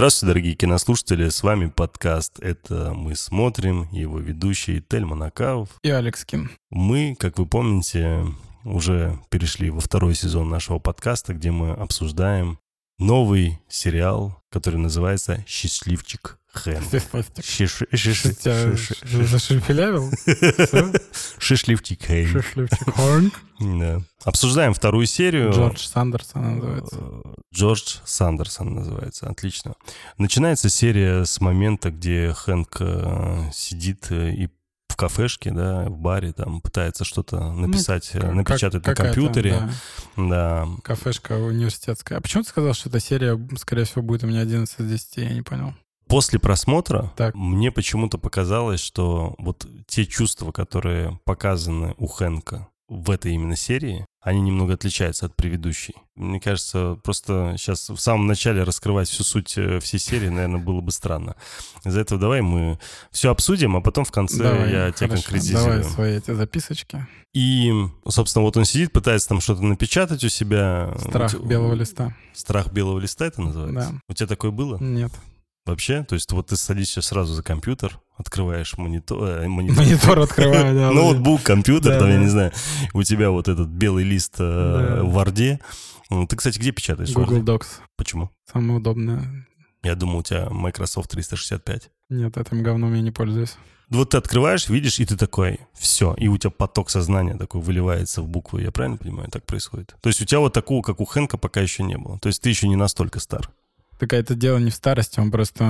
Здравствуйте, дорогие кинослушатели, с вами подкаст «Это мы смотрим», его ведущий Тельман Акаев и Алекс Ким. Мы, как вы помните, уже перешли во второй сезон нашего подкаста, где мы обсуждаем новый сериал, который называется «Счастливчик Хэнк». Зашепелявил? «Счастливчик Хэнк». Счастливчик Хэнк. Да. Обсуждаем вторую серию. Джордж Сандерсон называется. Джордж Сандерсон называется, отлично. Начинается серия с момента, где Хэнк сидит и в кафешке, да, в баре, там пытается что-то написать, напечатать на компьютере. Да. Кафешка университетская. А почему ты сказал, что эта серия, скорее всего, будет у меня 11 из 10? Я не понял. После просмотра мне почему-то показалось, что вот те чувства, которые показаны у Хэнка в этой именно серии, они немного отличаются от предыдущей. Мне кажется, просто сейчас в самом начале раскрывать всю суть всей серии, наверное, было бы странно. Из-за этого давай мы все обсудим, а потом в конце я тебя конкретизирую. Давай свои эти записочки. И, собственно, вот он сидит, пытается там что-то напечатать у себя. Страх белого листа. Страх белого листа это называется? Да. У тебя такое было? Нет. Вообще? То есть вот ты садишься сразу за компьютер, открываешь монитор. Монитор открываю, да. Ноутбук, компьютер, там, я не знаю. У тебя вот этот белый лист в Word. Ты, кстати, где печатаешь? Google Docs. Почему? Самое удобное. Я думал, у тебя Microsoft 365. Нет, этим говном я не пользуюсь. Вот ты открываешь, видишь, и ты такой, все, и у тебя поток сознания такой выливается в буквы. Я правильно понимаю? Так происходит. То есть у тебя вот такого, как у Хэнка, пока еще не было. То есть ты еще не настолько стар. Так это дело не в старости, он просто,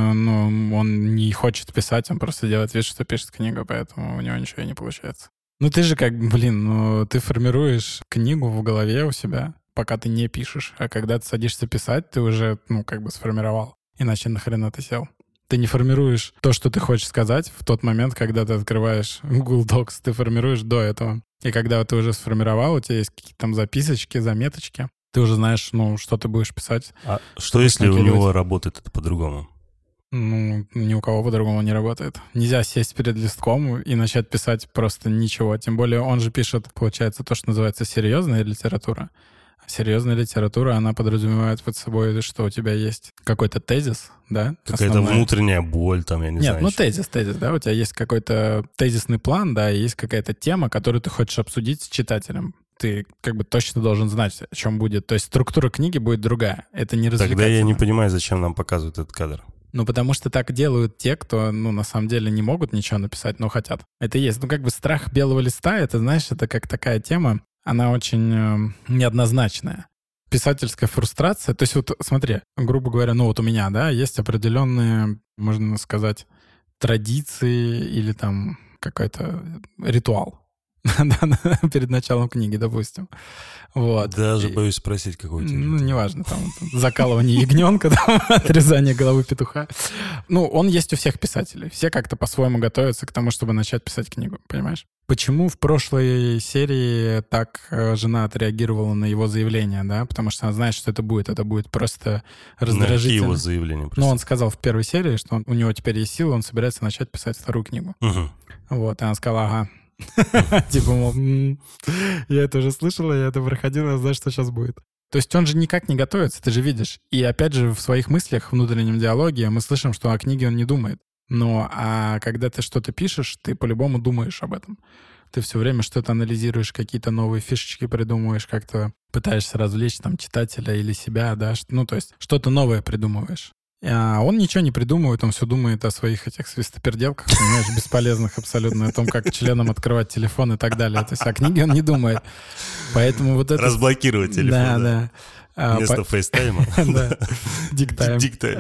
он не хочет писать, он просто делает вид, что пишет книгу, поэтому у него ничего и не получается. Ты же ты формируешь книгу в голове у себя, пока ты не пишешь, а когда ты садишься писать, ты уже, сформировал. Иначе нахрена ты сел? Ты не формируешь то, что ты хочешь сказать в тот момент, когда ты открываешь Google Docs, ты формируешь до этого. И когда ты уже сформировал, у тебя есть какие-то там записочки, заметочки, ты уже знаешь, что ты будешь писать. А что, если у него работает это по-другому? Ни у кого по-другому не работает. Нельзя сесть перед листком и начать писать просто ничего. Тем более он же пишет, получается, то, что называется серьезная литература. А серьезная литература, она подразумевает под собой, что у тебя есть какой-то тезис, да? Какая-то внутренняя боль, там, я не знаю. Нет, тезис, да? У тебя есть какой-то тезисный план, да, и есть какая-то тема, которую ты хочешь обсудить с читателем. Ты точно должен знать, о чем будет. То есть структура книги будет другая. Это не развлекательно. Тогда я не понимаю, зачем нам показывают этот кадр. Потому что так делают те, кто, на самом деле не могут ничего написать, но хотят. Это есть. Страх белого листа, это, знаешь, это как такая тема, она очень неоднозначная. Писательская фрустрация. То есть смотри, грубо говоря, у меня, да, есть определенные, можно сказать, традиции или там какой-то ритуал. Перед началом книги, допустим. Вот. Даже боюсь спросить, какой у тебя. Неважно, там закалывание ягненка, отрезание головы петуха. Он есть у всех писателей. Все как-то по-своему готовятся к тому, чтобы начать писать книгу, понимаешь? Почему в прошлой серии так жена отреагировала на его заявление, да? Потому что она знает, что это будет просто раздражительно. Его заявление. Он сказал в первой серии, что у него теперь есть силы, он собирается начать писать вторую книгу. Вот, и она сказала, ага. Типа, я это уже слышала, я это проходила, я знаю, что сейчас будет. То есть он же никак не готовится, ты же видишь. И опять же в своих мыслях, в внутреннем диалоге мы слышим, что о книге он не думает. А когда ты что-то пишешь, ты по-любому думаешь об этом. Ты все время что-то анализируешь, какие-то новые фишечки придумываешь, как-то пытаешься развлечь там читателя или себя, да, то есть что-то новое придумываешь. А он ничего не придумывает, он все думает о своих этих свистоперделках, понимаешь, бесполезных абсолютно, о том, как членам открывать телефон и так далее. То есть о книге он не думает. Поэтому вот это... Разблокировать телефон, да. Вместо фейстайма. Да, диктайм.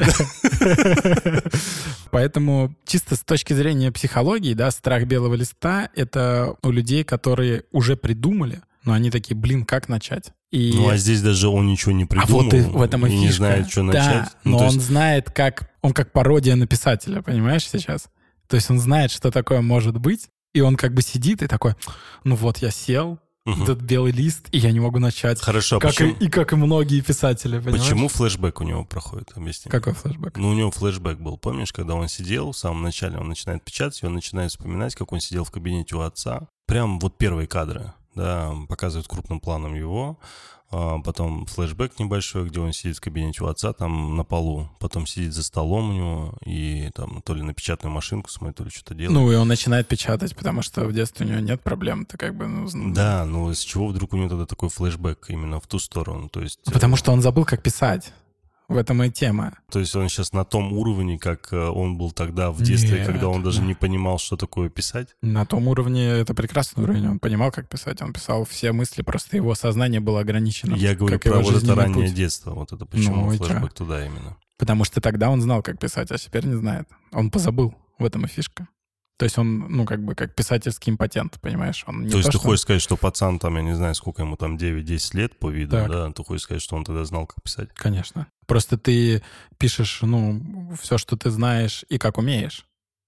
Поэтому чисто с точки зрения психологии, да, страх белого листа — это у людей, которые уже придумали, но они такие, как начать? А здесь даже он ничего не придумал. А вот и в этом и фишка. Не знает, что начать. Да, но он знает, он как пародия на писателя, понимаешь, сейчас? То есть он знает, что такое может быть, и он как бы сидит и такой, я сел, этот белый лист, и я не могу начать. Хорошо, как и многие писатели, понимаешь? Почему флешбэк у него проходит? Объясни. Какой флешбэк? У него флешбэк был, помнишь, когда он сидел в самом начале, он начинает печатать, и он начинает вспоминать, как он сидел в кабинете у отца. Прям вот первые кадры. Да, показывают крупным планом его. потом флешбэк небольшой, где он сидит в кабинете у отца там на полу, потом сидит за столом у него и там то ли на печатную машинку смотрит, то ли что-то делает. Ну, и он начинает печатать, потому что в детстве у него нет проблем, ты как бы... Да, но с чего вдруг у него тогда такой флешбэк именно в ту сторону? То есть... Потому что он забыл, как писать. В этом и тема. То есть он сейчас на том уровне, как он был тогда в детстве, Нет, когда он даже не понимал, что такое писать? На том уровне это прекрасный уровень. Он понимал, как писать. Он писал все мысли, просто его сознание было ограничено. Я говорю про вот это раннее детство. Вот это почему флешбэк туда именно. Потому что тогда он знал, как писать, а теперь не знает. Он позабыл. В этом и фишка. То есть он, ну, как бы, как писательский импотент, понимаешь? Он не то есть ты хочешь сказать, что пацан там, я не знаю, сколько ему там, 9-10 лет по виду, так. Да? Ты хочешь сказать, что он тогда знал, как писать? Конечно. Просто ты пишешь, ну, все, что ты знаешь и как умеешь.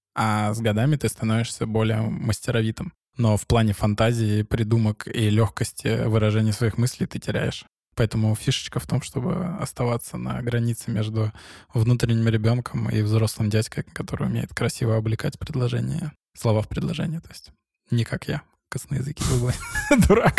А с годами ты становишься более мастеровитым. Но в плане фантазии, придумок и легкости выражения своих мыслей ты теряешь. Поэтому фишечка в том, чтобы оставаться на границе между внутренним ребенком и взрослым дядькой, который умеет красиво облекать предложения, слова в предложение, то есть не как я, косноязыкий любой дурак.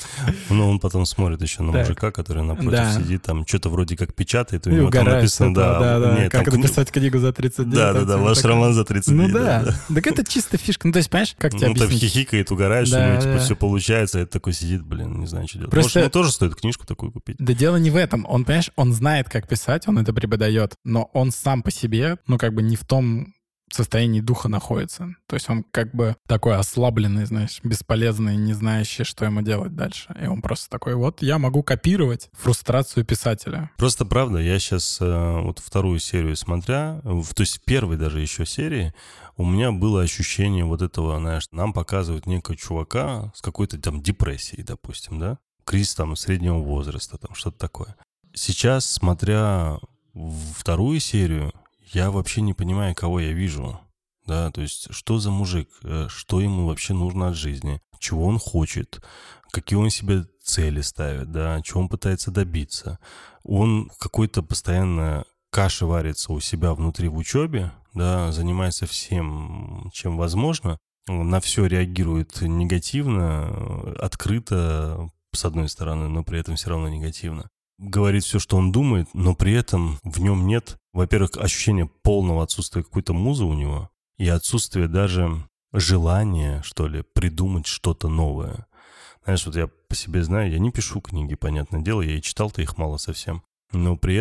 Ну, он потом смотрит еще на мужика, который напротив сидит, там что-то вроде как печатает, у него там написано, да, как написать книгу за 30 дней. Да, ваш роман за 30 дней. Ну да, так это чисто фишка. Ну, то есть, понимаешь, как тебе объяснить? Ну, там хихикает, угораешь, что у него типа все получается, это такой сидит, блин, не знаю, что делать. Может, ему тоже стоит книжку такую купить? Да дело не в этом. Он, понимаешь, он знает, как писать, он это преподает, но он сам по себе, ну, как бы не в том состоянии духа находится. То есть он как бы такой ослабленный, знаешь, бесполезный, не знающий, что ему делать дальше. И он просто такой, вот я могу копировать фрустрацию писателя. Просто правда, я сейчас вот вторую серию смотря, то есть в первой даже еще серии, у меня было ощущение вот этого, знаешь, нам показывают некого чувака с какой-то там депрессией, допустим, да? Кризис там среднего возраста, там что-то такое. Сейчас, смотря вторую серию, я вообще не понимаю, кого я вижу, да, то есть что за мужик, что ему вообще нужно от жизни, чего он хочет, какие он себе цели ставит, да, чего он пытается добиться. Он какой-то постоянно каши варится у себя внутри в учебе, да, занимается всем, чем возможно, на все реагирует негативно, открыто, с одной стороны, но при этом все равно негативно. Говорит все, что он думает, но при этом в нем нет, во-первых, ощущения полного отсутствия какой-то музы у него и отсутствия даже желания, что ли, придумать что-то новое. Знаешь, вот я по себе знаю, я не пишу книги, понятное дело, я и читал-то их мало совсем. Но при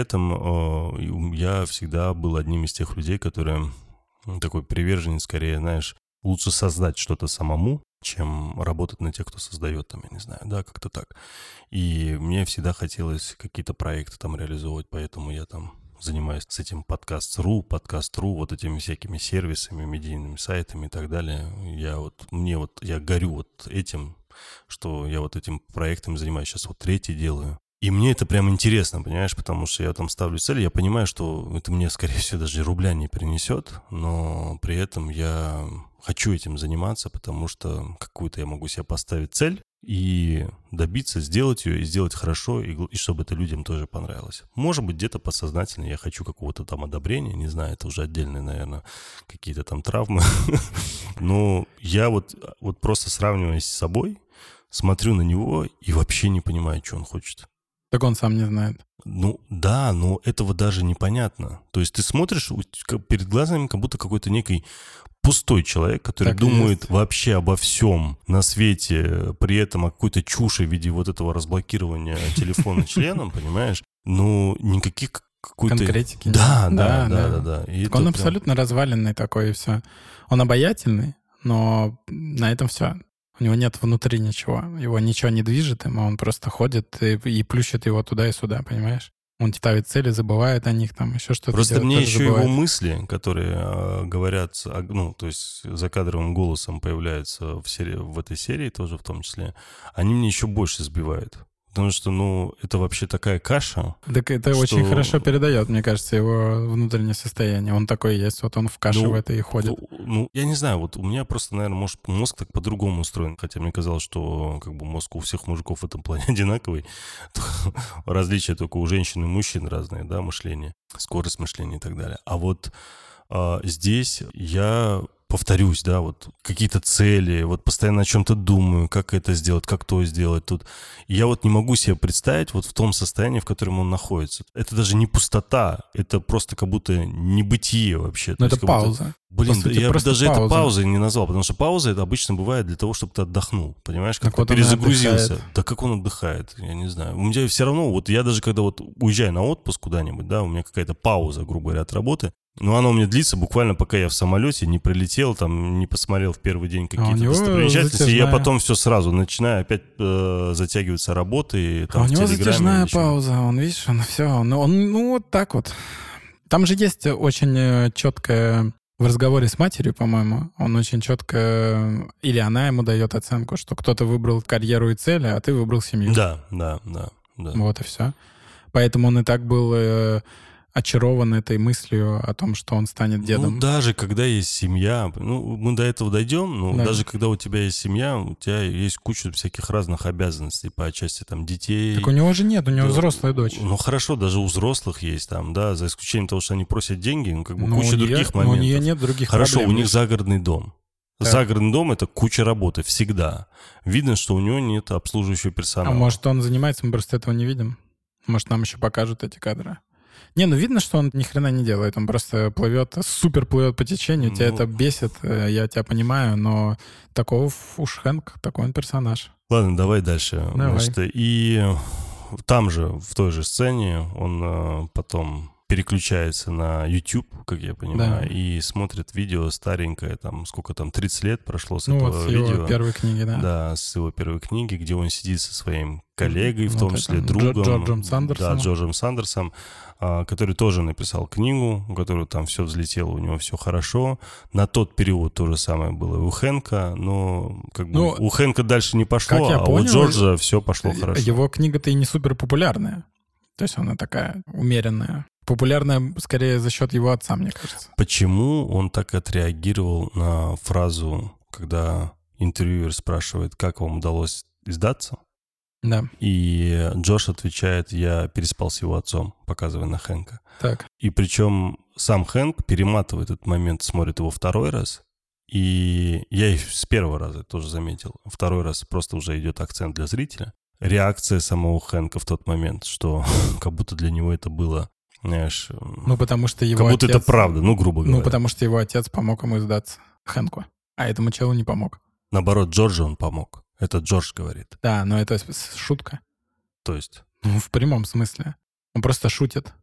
этом я всегда был одним из тех людей, которые такой приверженец, скорее, знаешь, лучше создать что-то самому, чем работать на тех, кто создает, там, я не знаю, да, как-то так. И мне всегда хотелось какие-то проекты там реализовывать, поэтому я там занимаюсь с этим подкаст.ру, вот этими всякими сервисами, медийными сайтами и так далее. Я горю вот этим, что я вот этим проектом занимаюсь, сейчас вот третий делаю. И мне это прям интересно, понимаешь, потому что я там ставлю цели, я понимаю, что это мне, скорее всего, даже рубля не принесет, но при этом я хочу этим заниматься, потому что какую-то я могу себе поставить цель и добиться, сделать ее, и сделать хорошо, и чтобы это людям тоже понравилось. Может быть, где-то подсознательно я хочу какого-то там одобрения, не знаю, это уже отдельные, наверное, какие-то там травмы. Но я вот просто сравниваясь с собой, смотрю на него и вообще не понимаю, что он хочет. Так он сам не знает. Ну да, но этого даже непонятно. То есть ты смотришь, перед глазами как будто какой-то некий пустой человек, который так думает вообще обо всем на свете, при этом о какой-то чуши в виде вот этого разблокирования телефона членом, понимаешь? Ну, никаких какой-то... Конкретики. Да. Так он абсолютно разваленный такой, и все. Он обаятельный, но на этом все. У него нет внутри ничего. Его ничего не движет им, а он просто ходит и плющит его туда и сюда, понимаешь? Он ставит цели, забывает о них, там еще что-то. Просто делает, мне еще забывает. его мысли, которые говорят, ну, то есть за кадровым голосом появляются в этой серии тоже в том числе, они мне еще больше сбивают. Потому что, ну, это вообще такая каша. Так это что... очень хорошо передает, мне кажется, его внутреннее состояние. Он такой есть, вот он в каше в этой и ходит. Ну, я не знаю, вот у меня просто, наверное, может, мозг так по-другому устроен. Хотя мне казалось, что как бы мозг у всех мужиков в этом плане одинаковый. Различия только у женщин и мужчин разные, да, мышление, скорость мышления и так далее. А вот здесь я повторюсь, да, вот какие-то цели, вот постоянно о чем-то думаю, как это сделать, как то сделать тут. И я вот не могу себе представить вот в том состоянии, в котором он находится. Это даже не пустота, это просто как будто небытие вообще. Но это пауза. Блин, я бы даже это паузой не назвал, потому что пауза это обычно бывает для того, чтобы ты отдохнул, понимаешь, как ты перезагрузился. Да как он отдыхает, я не знаю. У меня все равно, вот я даже когда вот уезжаю на отпуск куда-нибудь, да, у меня какая-то пауза, грубо говоря, от работы, но она у меня длится буквально пока я в самолете не прилетел, там не посмотрел в первый день какие-то достопримечательности, и я потом все сразу начинаю опять затягиваться работой. Там, у него затяжная пауза, он, видишь, он все, он вот так вот. Там же есть очень четкое... В разговоре с матерью, по-моему, он очень четко... Или она ему дает оценку, что кто-то выбрал карьеру и цели, а ты выбрал семью. Да. Вот и все. Поэтому он и так был очарован этой мыслью о том, что он станет дедом. Ну, даже когда есть семья, ну, мы до этого дойдем, но да. Даже когда у тебя есть семья, у тебя есть куча всяких разных обязанностей по части там детей. Так у него же нет, у него взрослая дочь. Ну, хорошо, даже у взрослых есть там, да, за исключением того, что они просят деньги, ну, как бы куча других моментов. Но у нее нет других хорошо, проблем. У них загородный дом. Да. Загородный дом — это куча работы всегда. Видно, что у него нет обслуживающего персонала. А может, он занимается, мы просто этого не видим? Может, нам еще покажут эти кадры? Не, ну видно, что он ни хрена не делает. Он просто плывет, супер плывет по течению. Тебя это бесит, я тебя понимаю, но такого уж Хэнк, такой он персонаж. Ладно, давай дальше. Давай. Значит, и там же, в той же сцене, он потом переключается на YouTube, как я понимаю, и смотрит видео старенькое, там, сколько там, 30 лет прошло с этого вот с видео. его первой книги, да. Да, с его первой книги, где он сидит со своим коллегой, в том числе другом. Джорджем Сандерсом. Да, Джорджем Сандерсом, который тоже написал книгу, у которого там все взлетело, у него все хорошо. На тот период то же самое было и у Хэнка, но как бы у Хэнка дальше не пошло, а у Джорджа все пошло хорошо. Его книга-то и не супер популярная. То есть она такая умеренная. Популярная скорее за счет его отца, мне кажется. Почему он так отреагировал на фразу, когда интервьюер спрашивает, как вам удалось издаться? Да. И Джош отвечает: я переспал с его отцом, показывая на Хэнка. Так. И причем сам Хэнк перематывает этот момент, смотрит его второй раз. И я и с первого раза тоже заметил. Второй раз просто уже идет акцент для зрителя. Реакция самого Хэнка в тот момент, что как будто для него это было, знаешь... Ну, потому что его как будто отец... это правда, ну, грубо говоря. Ну, потому что его отец помог ему издаться, Хэнку. А этому челу не помог. Наоборот, Джорджу он помог. Это Джордж говорит. Да, но это шутка. То есть? Ну, в прямом смысле. Он просто шутит.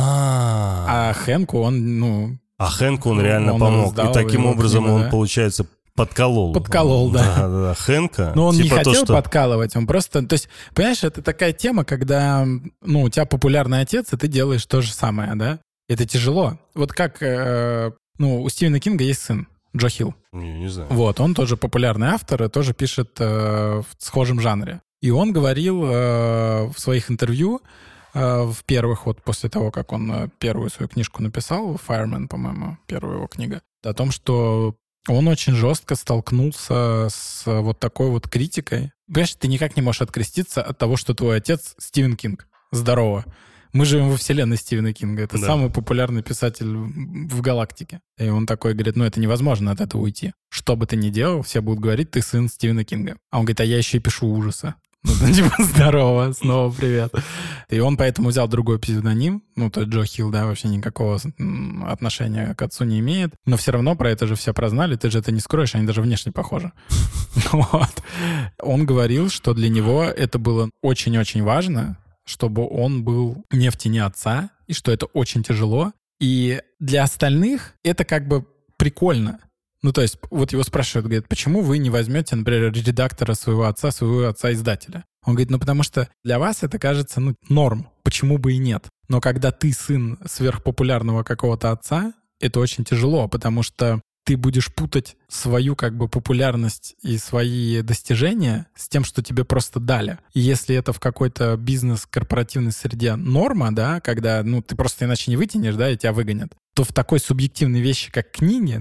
А Хэнку он, А Хэнку он реально помог. И таким образом он, получается, подколол. Подколол, да. Да, Хэнка. Но он не хотел подкалывать, он просто... То есть, понимаешь, это такая тема, когда, у тебя популярный отец, и ты делаешь то же самое, да? Это тяжело. Вот как, у Стивена Кинга есть сын, Джо Хилл. Не знаю. Вот, он тоже популярный автор и тоже пишет в схожем жанре. И он говорил в своих интервью, в первых, вот после того, как он первую свою книжку написал, «Fireman», по-моему, первая его книга, о том, что он очень жестко столкнулся с вот такой вот критикой. Понимаешь, ты никак не можешь откреститься от того, что твой отец Стивен Кинг. Здорово. Мы живем во вселенной Стивена Кинга. Это самый популярный писатель в галактике. И он такой говорит, это невозможно от этого уйти. Что бы ты ни делал, все будут говорить, ты сын Стивена Кинга. А он говорит, а я еще и пишу ужасы. Здорово, снова привет. И он поэтому взял другой псевдоним. То есть Джо Хилл, да, вообще никакого отношения к отцу не имеет. Но все равно про это же все прознали. Ты же это не скроешь, они даже внешне похожи. Вот. Он говорил, что для него это было очень-очень важно, чтобы он был не в тени отца, и что это очень тяжело. И для остальных это как бы прикольно. То есть, вот его спрашивают, говорят, почему вы не возьмете, например, редактора своего отца-издателя? Он говорит, потому что для вас это кажется, норм, почему бы и нет. Но когда ты сын сверхпопулярного какого-то отца, это очень тяжело, потому что ты будешь путать свою как бы популярность и свои достижения с тем, что тебе просто дали. И если это в какой-то бизнес-корпоративной среде норма, да, когда, ты просто иначе не вытянешь, да, и тебя выгонят, то в такой субъективной вещи, как книги, да,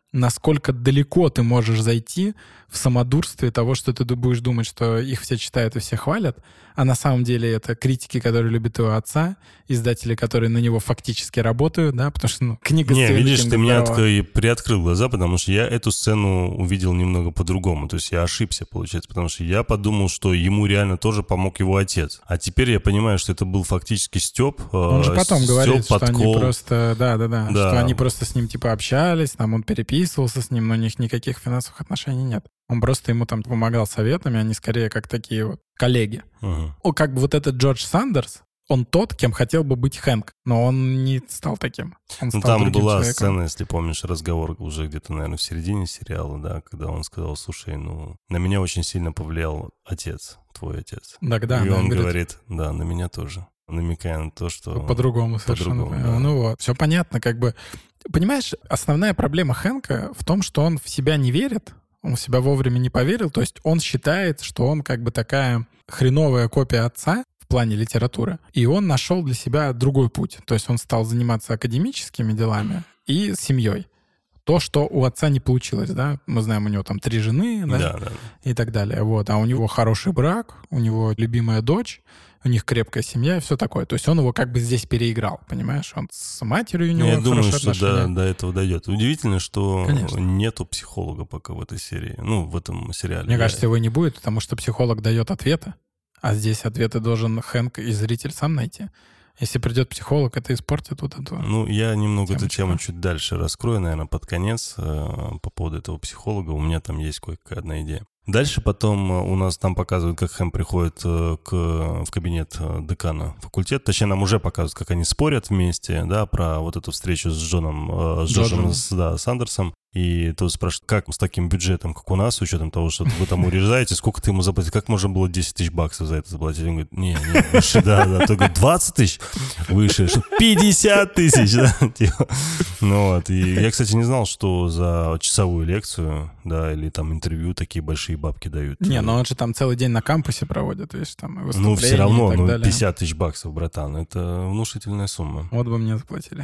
насколько далеко ты можешь зайти в самодурстве того, что ты будешь думать, что их все читают и все хвалят, а на самом деле это критики, которые любят твоего отца, издатели, которые на него фактически работают, да, потому что, книга Не, Стивена видишь, Кинга ты меня здорова. приоткрыл глаза, потому что я эту сцену увидел немного по-другому, то есть я ошибся, получается, потому что я подумал, что ему реально тоже помог его отец, а теперь я понимаю, что это был фактически стёб, Он же потом говорит, что подкол. они просто, да, что они просто с ним типа общались, там он переписывался с ним, но у них никаких финансовых отношений нет. Он просто ему там помогал советами, они скорее как такие вот коллеги. Как бы вот этот Джордж Сандерс, он тот, кем хотел бы быть Хэнк, но он не стал таким. Он стал там другим была человеком. сцена, если помнишь, разговор уже где-то, наверное, в середине сериала, да, когда он сказал, слушай, на меня очень сильно повлиял отец, твой отец. Да, и он говорит, да, на меня тоже, намекая на то, что... По-другому совершенно. Да. Ну вот, все понятно, как бы. Понимаешь, основная проблема Хэнка в том, что он в себя не верит, он в себя вовремя не поверил, то есть он считает, что он как бы такая хреновая копия отца в плане литературы, и он нашел для себя другой путь. То есть он стал заниматься академическими делами и семьей. То, что у отца не получилось, да, мы знаем, у него там 3 жены, да. И так далее, вот. А у него хороший брак, у него любимая дочь, у них крепкая семья и все такое. То есть он его как бы здесь переиграл, понимаешь? Он с матерью у него Я думаю, хорошие что отношения. до этого дойдет. Удивительно, что Конечно. нету психолога пока в этой серии, в этом сериале. Мне кажется, его не будет, потому что психолог дает ответы, а здесь ответы должен Хэнк и зритель сам найти. Если придет психолог, это испортит вот эту... Я немного эту тему чуть дальше раскрою, наверное, под конец по поводу этого психолога. У меня там есть кое-какая одна идея. Дальше потом у нас там показывают, как Хэм приходит в кабинет декана факультета. Точнее, нам уже показывают, как они спорят вместе, да, про вот эту встречу с Джорджем Сандерсом. И тот спрашивает, как с таким бюджетом, как у нас, с учетом того, что вы там уреждаете, сколько ты ему заплатил? Как можно было 10 тысяч баксов за это заплатить? Он говорит, не, выше, да. Только говорит, 20 тысяч? Выше, 50 тысяч, да. И я, кстати, не знал, что за часовую лекцию, да, или там интервью такие большие бабки дают. Не, но он же там целый день на кампусе проводит, видишь, там выступления все равно, и так далее. 50 тысяч баксов, братан, это внушительная сумма. Вот бы мне заплатили.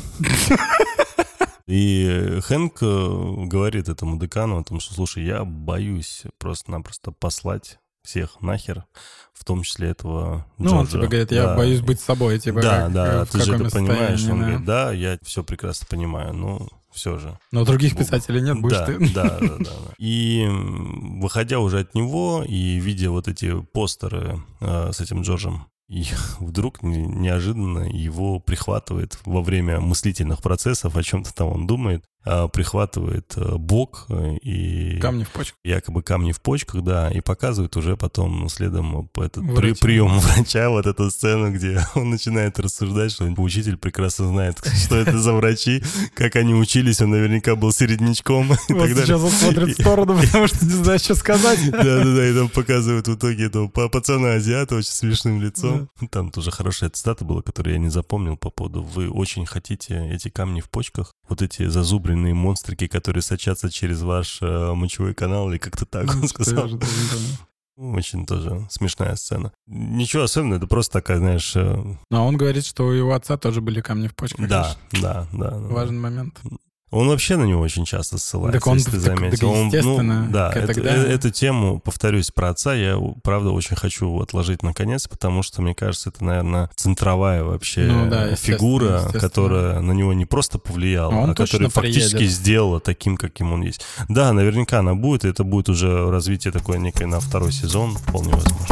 И Хэнк говорит этому декану о том, что, слушай, я боюсь просто-напросто послать всех нахер, в том числе этого Джорджа. Он тебе говорит, я боюсь быть собой, типа, да, в ты же каком это понимаешь. состоянии, Он говорит, да, я все прекрасно понимаю, но все же. Но других писателей нет, будешь ты. Да. И выходя уже от него и видя вот эти постеры с этим Джорджем, и вдруг неожиданно его прихватывает во время мыслительных процессов, о чем-то там он думает, прихватывает бок и... Камни в почках. Якобы камни в почках, да, и показывает уже потом следом прием врача, вот эту сцену, где он начинает рассуждать, что учитель прекрасно знает, что это за врачи, как они учились, он наверняка был середнячком. Вот сейчас он смотрит в сторону, потому что не знает, что сказать. Да, и там показывают в итоге этого пацана-азиата очень смешным лицом. Там тоже хорошая цитата была, которую я не запомнил по поводу «Вы очень хотите эти камни в почках?» Вот эти зазубренные монстрики, которые сочатся через ваш мочевой канал, или как-то так он сказал. Очень тоже смешная сцена. Ничего особенного, это просто такая, знаешь... Но он говорит, что у его отца тоже были камни в почках. Да. Важный момент. Он вообще на него очень часто ссылается, так он, если ты заметил. Естественно. Эту тему, повторюсь, про отца я, правда, очень хочу отложить наконец, потому что, мне кажется, это, наверное, центровая вообще фигура, которая на него не просто повлияла, а которая фактически сделала таким, каким он есть. Да, наверняка она будет, и это будет уже развитие такое некое на второй сезон, вполне возможно.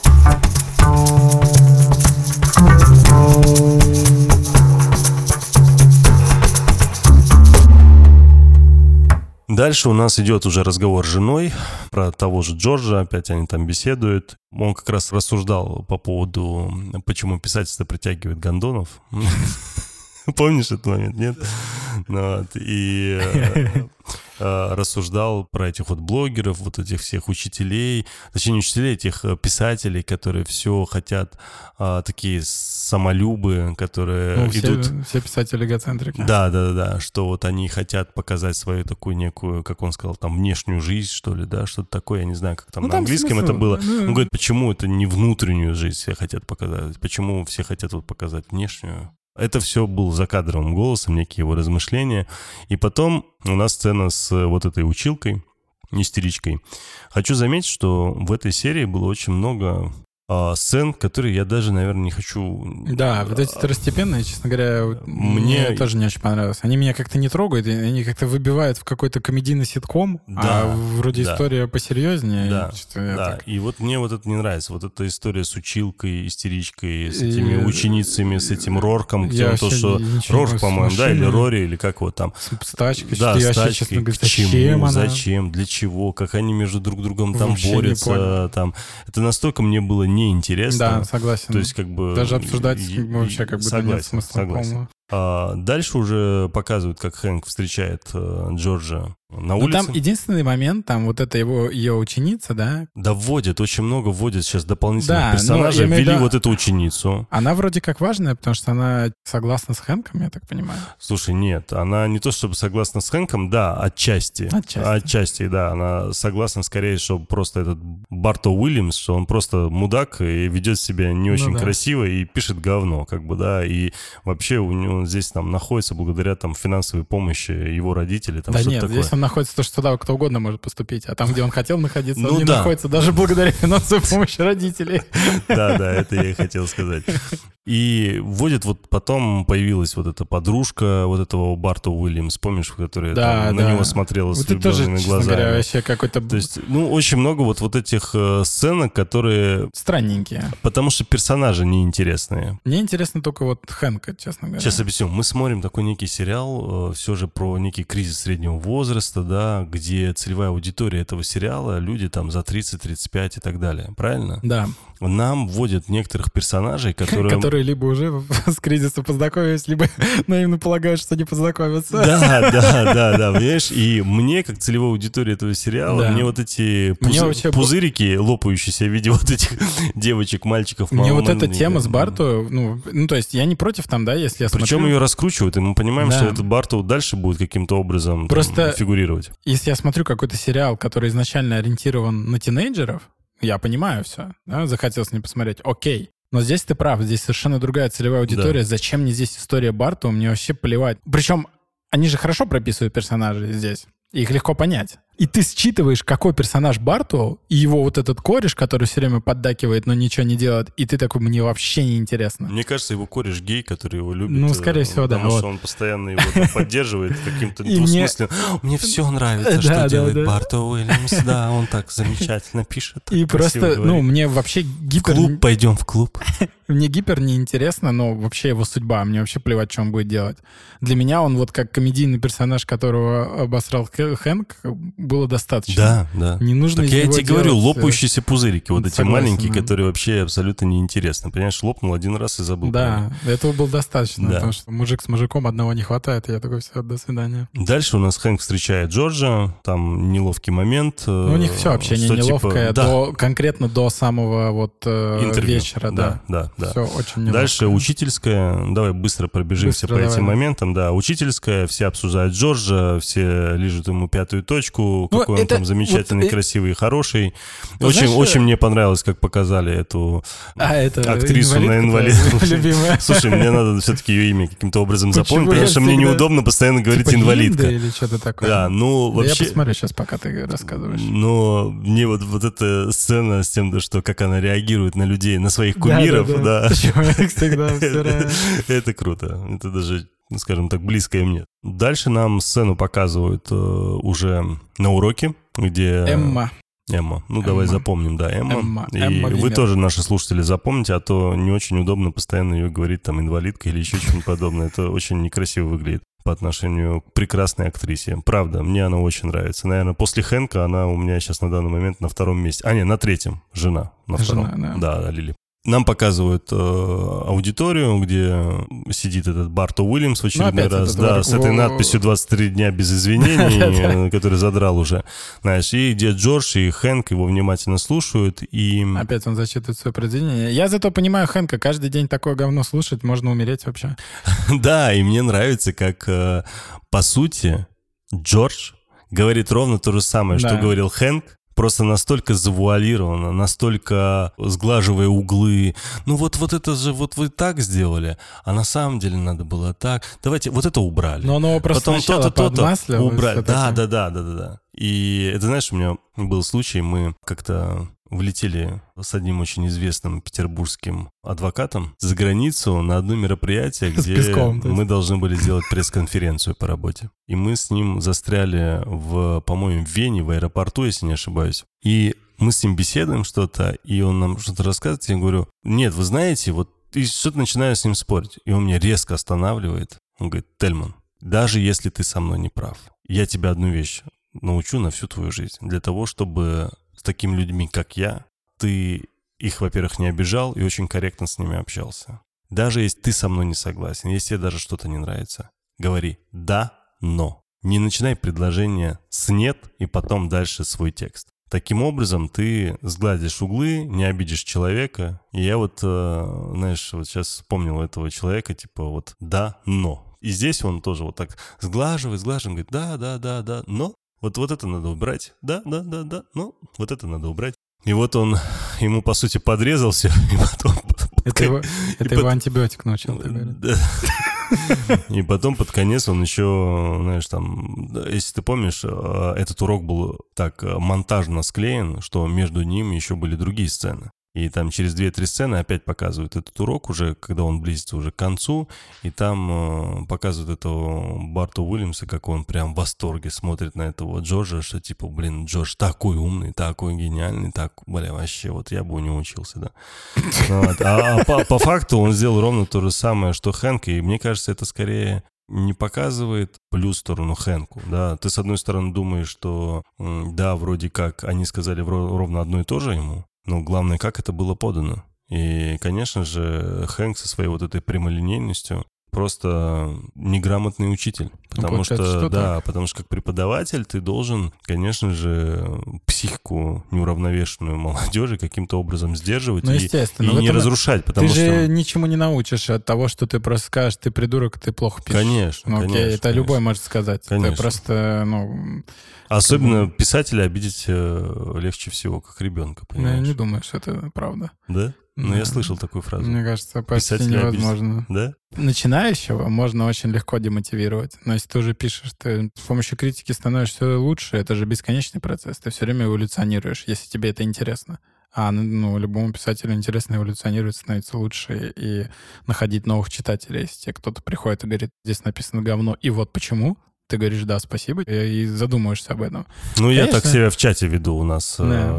Дальше у нас идет уже разговор с женой про того же Джорджа, опять они там беседуют. Он как раз рассуждал по поводу, почему писательство притягивает гондонов. Помнишь этот момент, нет? И рассуждал про этих вот блогеров, вот этих всех учителей, точнее не учителей, этих писателей, которые все хотят, такие самолюбы, которые идут... Все писатели эгоцентрики. Да, что вот они хотят показать свою такую некую, как он сказал, там, внешнюю жизнь, что ли, да, что-то такое, я не знаю, как там на английском это было. Он говорит, почему это не внутреннюю жизнь все хотят показать, почему все хотят вот показать внешнюю? Это все было закадровым голосом, некие его размышления. И потом у нас сцена с вот этой училкой, истеричкой. Хочу заметить, что в этой серии было очень много сцен, которые я даже, наверное, не хочу... Да, вот эти второстепенные, честно говоря, мне тоже не очень понравилось. Они меня как-то не трогают, они как-то выбивают в какой-то комедийный ситком, а вроде история посерьезнее. Да. И вот мне вот это не нравится. Вот эта история с училкой, истеричкой, с этими ученицами, с этим Рорком, где он то, что... Рорк, по-моему, да, или Рори, или как вот там. С тачкой. Да, с тачкой. К чему, зачем, для чего, как они между друг другом там борются. Там. Это настолько мне было неинтересно. Да, согласен. То есть, как бы... Даже обсуждать вообще как бы нет смысла. Согласен. Дальше уже показывают, как Хэнк встречает Джорджа на улице. Там единственный момент, там вот это ее ученица, да? Да вводят, очень много вводят сейчас дополнительных персонажей. Ввели вот эту ученицу. Она вроде как важная, потому что она согласна с Хэнком, я так понимаю. Слушай, нет, она не то чтобы согласна с Хэнком, да, отчасти. Отчасти, да. Она согласна скорее, что просто этот Барто Уильямс, что он просто мудак и ведет себя не очень красиво и пишет говно, как бы, да, и вообще он здесь там находится благодаря там финансовой помощи его родителей. Там, да нет, такое. Здесь он находится то, что туда кто угодно может поступить, а там, где он хотел находиться, он не находится даже благодаря финансовой помощи родителей. Да, это я и хотел сказать. И вводит, вот потом появилась вот эта подружка вот этого Барта Уильямс, помнишь, которая на него смотрела с влюбленными глазами. Говоря, вообще какой-то... То есть, очень много вот этих сценок, которые... Странненькие. Потому что персонажи неинтересные. Мне интересно только вот Хэнка, честно говоря. Сейчас объясню. Мы смотрим такой некий сериал, все же про некий кризис среднего возраста, да, где целевая аудитория этого сериала, люди там за 30-35 и так далее. Правильно? Да. Нам вводят некоторых персонажей, которые либо уже с кризисом познакомились, либо наивно полагают, что не познакомятся. Да, понимаешь? И мне, как целевой аудитории этого сериала, мне вот эти пузырики, лопающиеся в виде вот этих девочек, мальчиков. Мне вот эта тема с Барто, ну, то есть я не против там, да, если я смотрю... Причем ее раскручивают, и мы понимаем, что этот Барто дальше будет каким-то образом фигурировать. Если я смотрю какой-то сериал, который изначально ориентирован на тинейджеров, я понимаю все, да, захотелось мне посмотреть, окей. Но здесь ты прав, здесь совершенно другая целевая аудитория. Да. Зачем мне здесь история Барто? Мне вообще плевать. Причем они же хорошо прописывают персонажей здесь. Их легко понять. И ты считываешь, какой персонаж Барто, и его вот этот кореш, который все время поддакивает, но ничего не делает, и ты такой, мне вообще не интересно. Мне кажется, его кореш гей, который его любит. Ну, скорее всего, да. Потому что он постоянно его поддерживает каким-то двусмысленным. Мне все нравится, что делает Барто Уильямс. Да, он так замечательно пишет. И просто, мне вообще гипер... В клуб, пойдем в клуб. Мне гипер неинтересно, но вообще его судьба. Мне вообще плевать, что он будет делать. Для меня он вот как комедийный персонаж, которого обосрал Хэнк, было достаточно. Да. Не нужно так я тебе говорю, лопающиеся пузырики, вот эти маленькие, которые вообще абсолютно неинтересны. Понимаешь, лопнул один раз и забыл. Да, этого было достаточно, потому что мужик с мужиком одного не хватает, и я такой, все, до свидания. Дальше у нас Хэнк встречает Джорджа, там неловкий момент. У них все общение неловкое, конкретно до самого вот вечера. Да. Все очень неловко. Дальше учительская, давай быстро пробежимся по этим моментам. Да, учительская, все обсуждают Джорджа, все лижут ему пятую точку, какой он там замечательный, красивый и хороший. Очень мне понравилось, как показали эту актрису на инвалидке. Слушай, мне надо все-таки ее имя каким-то образом запомнить, потому что мне неудобно постоянно говорить инвалидка. Или что-то такое. Да, вообще... Я посмотрю сейчас, пока ты рассказываешь. Но мне вот эта сцена с тем, что как она реагирует на людей, на своих кумиров, да. Это круто. Это даже, скажем так, близкое мне. Дальше нам сцену показывают уже на уроке, где... Эмма. Давай запомним, да, Эмма. И вы тоже, наши слушатели, запомните, а то не очень удобно постоянно ее говорить, там, инвалидка или еще что-нибудь подобное. Это очень некрасиво выглядит по отношению к прекрасной актрисе. Правда, мне она очень нравится. Наверное, после Хэнка она у меня сейчас на данный момент на втором месте. На третьем. Жена. На втором. Да, Лили. Нам показывают аудиторию, где сидит этот Барто Уильямс в очередной раз, с этой надписью «23 дня без извинений», который задрал уже, знаешь, и где Джордж и Хэнк его внимательно слушают, и... Опять он зачитывает свое произведение. Я зато понимаю Хэнка, каждый день такое говно слушать, можно умереть вообще. Да, и мне нравится, как, по сути, Джордж говорит ровно то же самое, что говорил Хэнк, просто настолько завуалировано, настолько сглаживая углы. Ну вот это же, вот вы так сделали, а на самом деле надо было так. Давайте, вот это убрали. Но оно просто потом сначала подмасливалось. Убрали. Да. И это, знаешь, у меня был случай, мы как-то влетели с одним очень известным петербургским адвокатом за границу на одно мероприятие, где мы должны были сделать пресс-конференцию по работе. И мы с ним застряли по-моему, в Вене, в аэропорту, если не ошибаюсь. И мы с ним беседуем что-то, и он нам что-то рассказывает, и я говорю, нет, вы знаете, вот, и что-то начинаю с ним спорить. И он меня резко останавливает. Он говорит, Тельман, даже если ты со мной не прав, я тебя одну вещь научу на всю твою жизнь. Для того, чтобы с такими людьми, как я, ты их, во-первых, не обижал и очень корректно с ними общался. Даже если ты со мной не согласен, если тебе даже что-то не нравится, говори «да», «но». Не начинай предложение с «нет» и потом дальше свой текст. Таким образом, ты сгладишь углы, не обидишь человека. И я вот, знаешь, вот сейчас вспомнил этого человека, типа вот «да», «но». И здесь он тоже вот так сглаживает, говорит «да, но». Вот это надо убрать. Да, но вот это надо убрать. И вот он ему, по сути, подрезал все, и потом... Это его антибиотик научил, ты говоришь. И потом под конец он еще, знаешь, там, если ты помнишь, этот урок был так монтажно склеен, что между ними еще были другие сцены. И там через 2-3 сцены опять показывают этот урок уже, когда он близится уже к концу, и там показывают этого Барта Уильямса, как он прям в восторге смотрит на этого Джорджа, что типа, блин, Джордж такой умный, такой гениальный, так, бля, вообще, вот я бы у него учился, да. Вот. А по факту он сделал ровно то же самое, что Хэнк, и мне кажется, это скорее не показывает плюс сторону Хэнку, да. Ты, с одной стороны, думаешь, что, да, вроде как они сказали ровно одно и то же ему, но главное, как это было подано. И, конечно же, Хэнк со своей вот этой прямолинейностью просто неграмотный учитель. Потому что как преподаватель ты должен, конечно же, психику неуравновешенную молодежи каким-то образом сдерживать и не разрушать. Потому ты же ничему не научишь от того, что ты просто скажешь, ты придурок, ты плохо пишешь. Конечно, конечно. Это любой может сказать. Конечно. Это просто, Особенно писателя обидеть легче всего, как ребенка, понимаешь? Я не думаю, что это правда. Да? Ну, я слышал такую фразу. Мне кажется, почти невозможно. Да? Начинающего можно очень легко демотивировать. Но если ты уже пишешь, ты с помощью критики становишься лучше, это же бесконечный процесс. Ты все время эволюционируешь, если тебе это интересно. А любому писателю интересно эволюционировать, становиться лучше и находить новых читателей. Если тебе кто-то приходит и говорит, здесь написано говно, и вот почему, ты говоришь «да, спасибо», и задумаешься об этом. Ну, я так себя в чате веду у нас,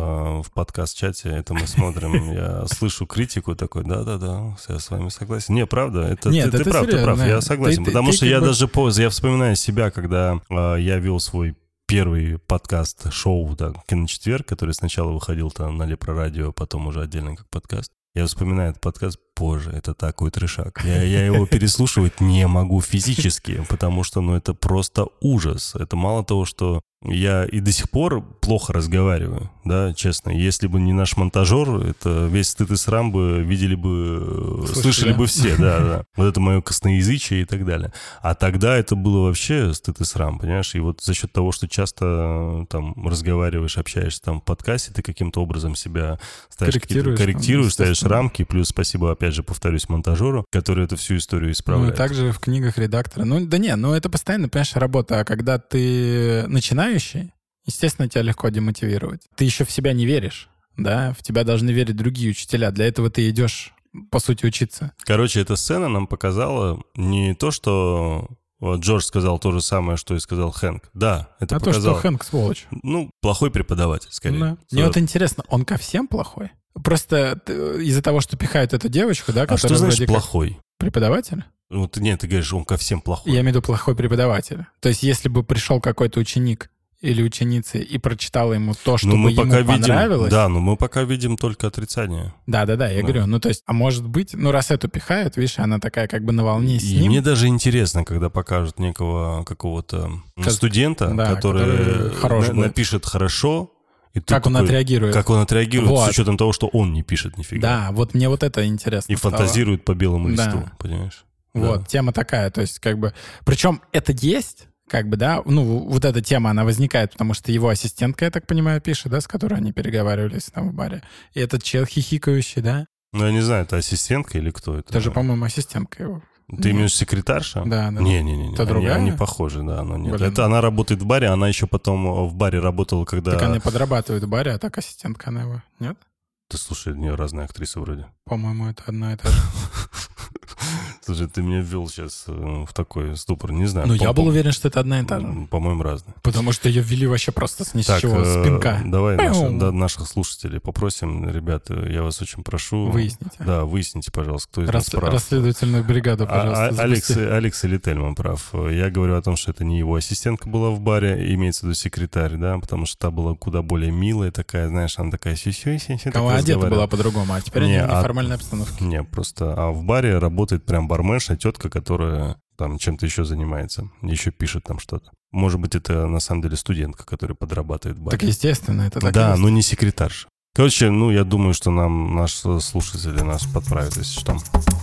в подкаст-чате, это мы смотрим, я слышу критику такой, да, я с вами согласен. Не, правда, ты прав, я согласен, потому что я даже я вспоминаю себя, когда я вел свой первый подкаст-шоу, «Киночетверг», который сначала выходил там на Лепрорадио, потом уже отдельно как подкаст. Я вспоминаю этот подкаст, боже, это такой трешак. Я его переслушивать не могу физически, потому что, это просто ужас. Это мало того, что я и до сих пор плохо разговариваю, да, честно. Если бы не наш монтажер, это весь стыд и срам бы видели бы, слышали бы все, да. Вот это мое косноязычие и так далее. А тогда это было вообще стыд и срам, понимаешь? И вот за счет того, что часто там разговариваешь, общаешься там в подкасте, ты каким-то образом себя корректируешь, ставишь рамки, плюс спасибо, опять же, повторюсь, монтажеру, который эту всю историю исправляет. Также в книгах редактора. это постоянно, понимаешь, работа. А когда ты начинаешь, естественно, тебя легко демотивировать. Ты еще в себя не веришь, да? В тебя должны верить другие учителя. Для этого ты идешь, по сути, учиться. Короче, эта сцена нам показала не то, что Джордж сказал то же самое, что и сказал Хэнк. Да, это показало. То, что Хэнк сволочь. Плохой преподаватель, скорее. Да. Мне вот интересно, он ко всем плохой? Просто из-за того, что пихают эту девочку, да, которая что значит плохой? Преподаватель? Нет, ты говоришь, он ко всем плохой. Я имею в виду плохой преподаватель. То есть, если бы пришел какой-то ученик или ученица и прочитала ему то, что ему понравилось... Да, но мы пока видим только отрицание. Да, я говорю, а может быть, раз эту пихают, видишь, она такая как бы на волне с ним. И мне даже интересно, когда покажут некого какого-то студента, который напишет хорошо, и как он отреагирует. Как он отреагирует с учетом того, что он не пишет нифига. Да, вот мне вот это интересно И стало. Фантазирует по белому листу, понимаешь? Вот, тема такая, то есть как бы... Причем это есть, как бы, да, ну, вот эта тема, она возникает, потому что его ассистентка, я так понимаю, пишет, да, с которой они переговаривались там в баре. И этот чел хихикающий, да? Ну, я не знаю, это ассистентка или кто это? Это же, по-моему, ассистентка его. Ты имеешь секретарша? Да. Не-не-не. Это другая? Они похожи, да. Но нет. Блин. Это она работает в баре, она еще потом в баре работала, когда... Так она подрабатывает в баре, а так ассистентка она его, нет? Ты слушай, у нее разные актрисы вроде. По-моему, это одна и та же. Слушай, ты меня ввел сейчас в такой ступор, не знаю. Ну, я был уверен, что это одна и та же. По-моему, разные. Потому что ее ввели вообще просто с ни с чего, с пинка. Давай наших слушателей попросим, ребята, я вас очень прошу. Выясните. Да, выясните, пожалуйста, кто из нас прав. Расследовательную бригаду, пожалуйста, Алекс или Тельман прав. Я говорю о том, что это не его ассистентка была в баре, имеется в виду секретарь, да, потому что та была куда более милая такая, знаешь, она такая Кого одета была по-другому, а теперь они в неформальной обстановке. Не, просто в баре работает прям барменша, тетка, которая там чем-то еще занимается, еще пишет там что-то. Может быть, это на самом деле студентка, которая подрабатывает в баре. Так естественно, это так. Да, но не секретарша. Короче, я думаю, что наши слушатели нас подправят, если что.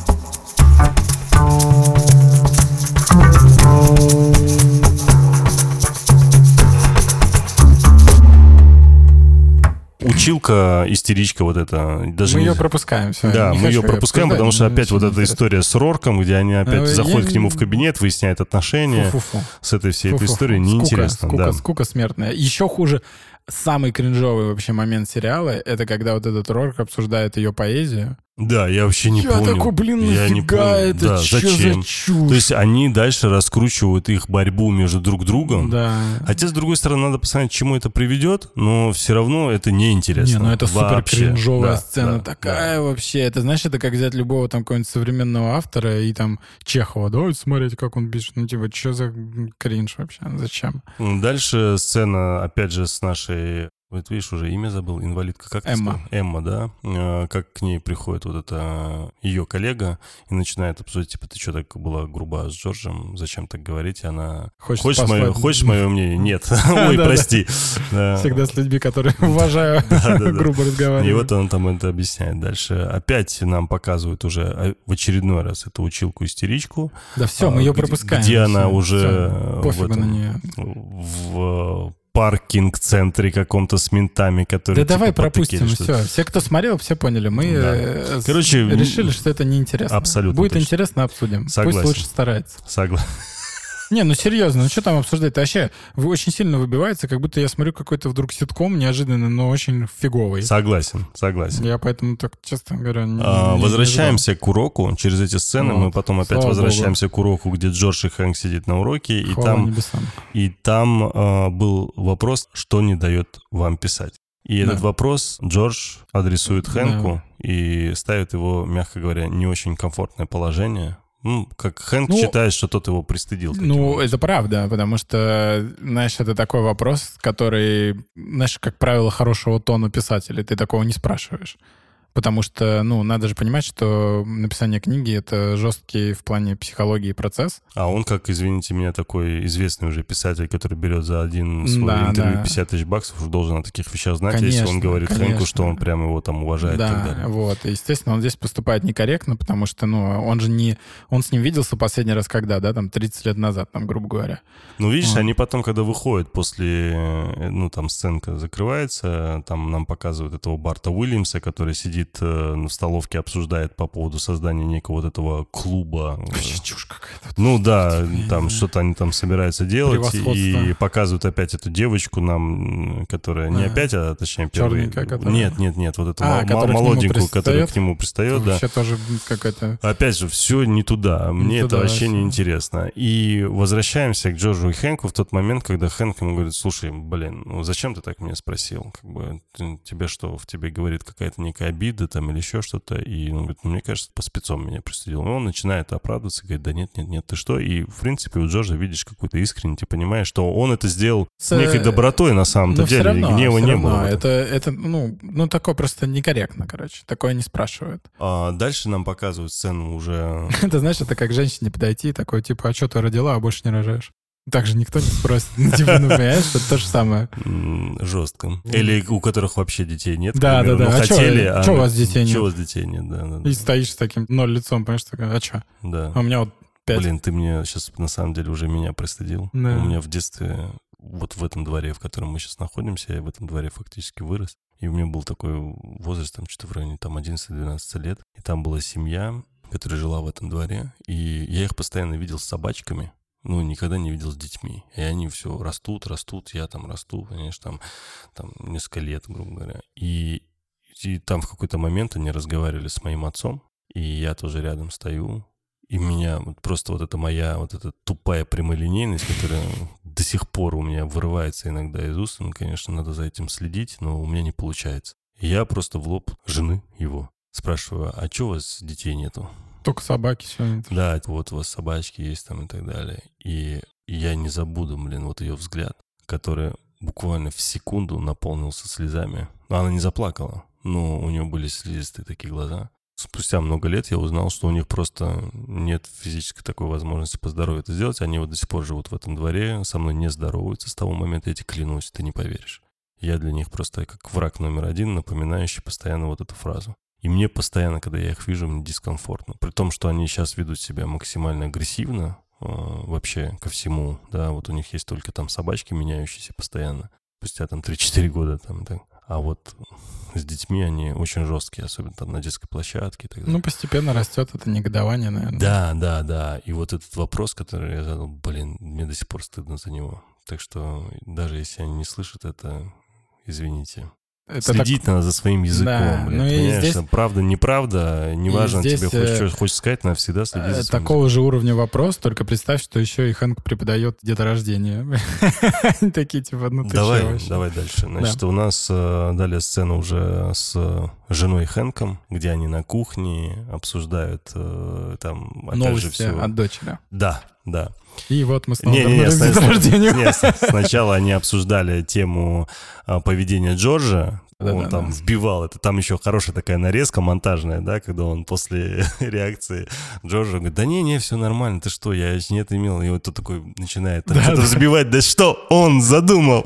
Училка, истеричка вот эта. Даже мы ее пропускаем. Все. Да, мы ее пропускаем, потому что опять вот эта история с Рорком, где они опять заходят к нему в кабинет, выясняют отношения. С этой всей этой историей неинтересно. Скука смертная. Еще хуже. Самый кринжовый вообще момент сериала — это когда вот этот Рорк обсуждает ее поэзию. Да, я вообще не понял. Я такой, нафига это? Да, что зачем? за чушь? То есть они дальше раскручивают их борьбу между друг другом. Да. Хотя, с другой стороны, надо посмотреть, к чему это приведет, но все равно это неинтересно. Не, ну это супер кринжовая сцена. Да, такая вообще. Это, знаешь, это как взять любого там какого-нибудь современного автора и там Чехова. Давайте смотреть, как он пишет. Ну типа, что за кринж вообще? Зачем? Дальше сцена, опять же, с нашей... Вот видишь, уже имя забыл, инвалидка, как Эмма. Эмма, да? Как к ней приходит вот эта ее коллега и начинает обсуждать, типа, ты что так была груба с Джорджем, зачем так говорить? И она... Хочешь мое мнение? Нет. Ой, прости. Всегда с людьми, которые уважаю, грубо разговаривать. И вот он там это объясняет. Дальше опять нам показывают уже в очередной раз эту училку-истеричку. Да все, мы ее пропускаем. Где она уже пофигу на нее. В паркинг-центре каком-то с ментами, которые... Да давай пропустим, все. Все, кто смотрел, все поняли. Мы решили, что это неинтересно. Абсолютно. Будет интересно, обсудим. Согласен. Пусть лучше старается. Согласен. Не, ну серьезно, ну что там обсуждать? Вообще, очень сильно выбивается, как будто я смотрю какой-то вдруг ситком неожиданный, но очень фиговый. Согласен. Я поэтому так, честно говоря, возвращаемся к уроку. Через эти сцены мы потом опять возвращаемся к уроку, где Джордж и Хэнк сидят на уроке. И там был вопрос, что не дает вам писать. И этот вопрос Джордж адресует Хэнку и ставит его, мягко говоря, не очень комфортное положение. Как Хэнк считает, что тот его пристыдил. Это правда, потому что, знаешь, это такой вопрос, который, знаешь, как правило, хорошего тона писателя, ты такого не спрашиваешь. Потому что, надо же понимать, что написание книги — это жесткий в плане психологии процесс. А он, как, извините меня, такой известный уже писатель, который берет за один свой интервью 50 тысяч баксов, должен о таких вещах знать, конечно, если он говорит Хэнку, что он прям его там уважает и так далее. Вот. И, естественно, он здесь поступает некорректно, потому что, он же не... Он с ним виделся последний раз когда, да, там, 30 лет назад, там, грубо говоря. Видишь, они потом, когда выходят после, там, сценка закрывается, там нам показывают этого Барта Уильямса, который сидит в столовке, обсуждает по поводу создания некого вот этого клуба. Вообще чушь какая-то. Да, там что-то они там собираются делать, и показывают опять эту девочку нам, которая не опять, а точнее первая. Черненькая, которая... Нет, вот эту молоденькую, которая к нему пристает. Вообще тоже какая-то... Опять же, все не туда. Мне это вообще не интересно. И возвращаемся к Джорджу и Хэнку в тот момент, когда Хэнк ему говорит: слушай, зачем ты так меня спросил? Тебе что, в тебе говорит какая-то некая обида там или еще что-то? И он говорит: мне кажется, по спецам меня пристыдил. И он начинает оправдываться, говорит: да нет, ты что? И, в принципе, у Джорджа видишь какую-то искренность, ты понимаешь, что он это сделал с некой добротой на самом-то деле, равно, и гнева не было. Это такое просто некорректно, короче. Такое не спрашивают. А дальше нам показывают сцену уже... Это, знаешь, это как женщине подойти, такой, типа, а что ты родила, а больше не рожаешь? Так же никто не спросит. Понимаешь, это то же самое. Жестко. Или у которых вообще детей нет. Да. Хотели, что у вас детей нет? Чего у вас детей нет, да. И стоишь с таким 0 лицом, понимаешь, такой: а что? Да. А у меня вот 5. Блин, ты мне сейчас на самом деле уже меня пристыдил. Да. У меня в детстве, вот в этом дворе, в котором мы сейчас находимся, я в этом дворе фактически вырос. И у меня был такой возраст, там что-то в районе 11-12 лет. И там была семья, которая жила в этом дворе. И я их постоянно видел с собачками. Ну, никогда не видел с детьми. И они все растут, я там расту, конечно, там несколько лет, грубо говоря. И там в какой-то момент они разговаривали с моим отцом, и я тоже рядом стою. И меня просто вот эта моя вот эта тупая прямолинейность, которая до сих пор у меня вырывается иногда из уст, ну, конечно, надо за этим следить, но у меня не получается. И я просто в лоб жены его спрашиваю, а что у вас детей нету? Только собаки сегодня. Да, вот у вас собачки есть там и так далее. И я не забуду, вот ее взгляд, который буквально в секунду наполнился слезами. Она не заплакала, но у нее были слезистые такие глаза. Спустя много лет я узнал, что у них просто нет физической такой возможности по здоровью это сделать. Они вот до сих пор живут в этом дворе, со мной не здороваются с того момента, я тебе клянусь, ты не поверишь. Я для них просто как враг номер один, напоминающий постоянно вот эту фразу. И мне постоянно, когда я их вижу, мне дискомфортно. При том, что они сейчас ведут себя максимально агрессивно вообще ко всему. Да, вот у них есть только там собачки, меняющиеся постоянно. Спустя там 3-4 года там так. А вот с детьми они очень жесткие, особенно там на детской площадке и так далее. Ну, постепенно растет это негодование, наверное. Да. И вот этот вопрос, который я задал, мне до сих пор стыдно за него. Так что даже если они не слышат это, извините. Это следить надо за своим языком, да, блин, понимаешь, здесь... правда, неправда, неважно, здесь... тебе что хочешь сказать, надо всегда следить за своим такого же уровня вопрос, только представь, что еще и Хэнк преподает деторождение. Такие типа, ну ты Давай дальше. Значит, у нас далее сцена уже с женой Хэнком, где они на кухне обсуждают там... Новости от дочери. Да. И вот мы снова вернулись к деторождению. Нет, сначала они обсуждали тему поведения Джорджа. Он там вбивал это. Там еще хорошая такая нарезка монтажная, да, когда он после реакции Джорджа говорит, да не, все нормально, ты что, я не это имел. И вот тот такой начинает что-то взбивать, да что он задумал?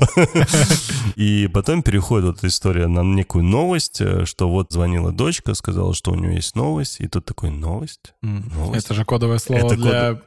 И потом переходит вот эта история на некую новость, что вот звонила дочка, сказала, что у нее есть новость, и тут такой, новость? Это же кодовое слово для...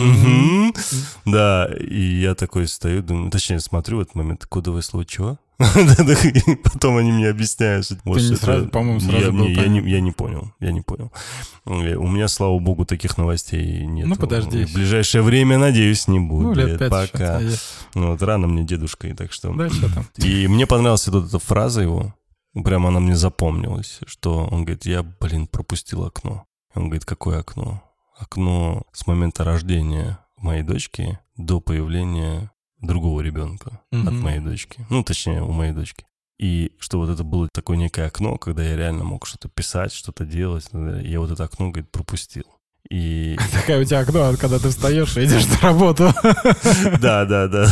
Да, и я такой стою, думаю, точнее, смотрю в этот момент, кодовое слово чего? Потом они мне объясняют. Ты не сразу, по-моему, сразу был понятно. Я не понял. У меня, слава богу, таких новостей нет. Ну, подожди. В ближайшее время, надеюсь, не будет. Ну, лет 5 пока. Вот рано мне дедушкой, так что... Да, что там? И мне понравилась вот эта фраза его. Прямо она мне запомнилась, что он говорит, я, пропустил окно. Он говорит, какое окно? Окно с момента рождения моей дочки до появления другого ребенка от моей дочки. Ну, точнее, у моей дочки. И что вот это было такое некое окно, когда я реально мог что-то писать, что-то делать. Я вот это окно, говорит, пропустил. И... Такая у тебя окно, когда ты встаешь и идешь на работу. Да.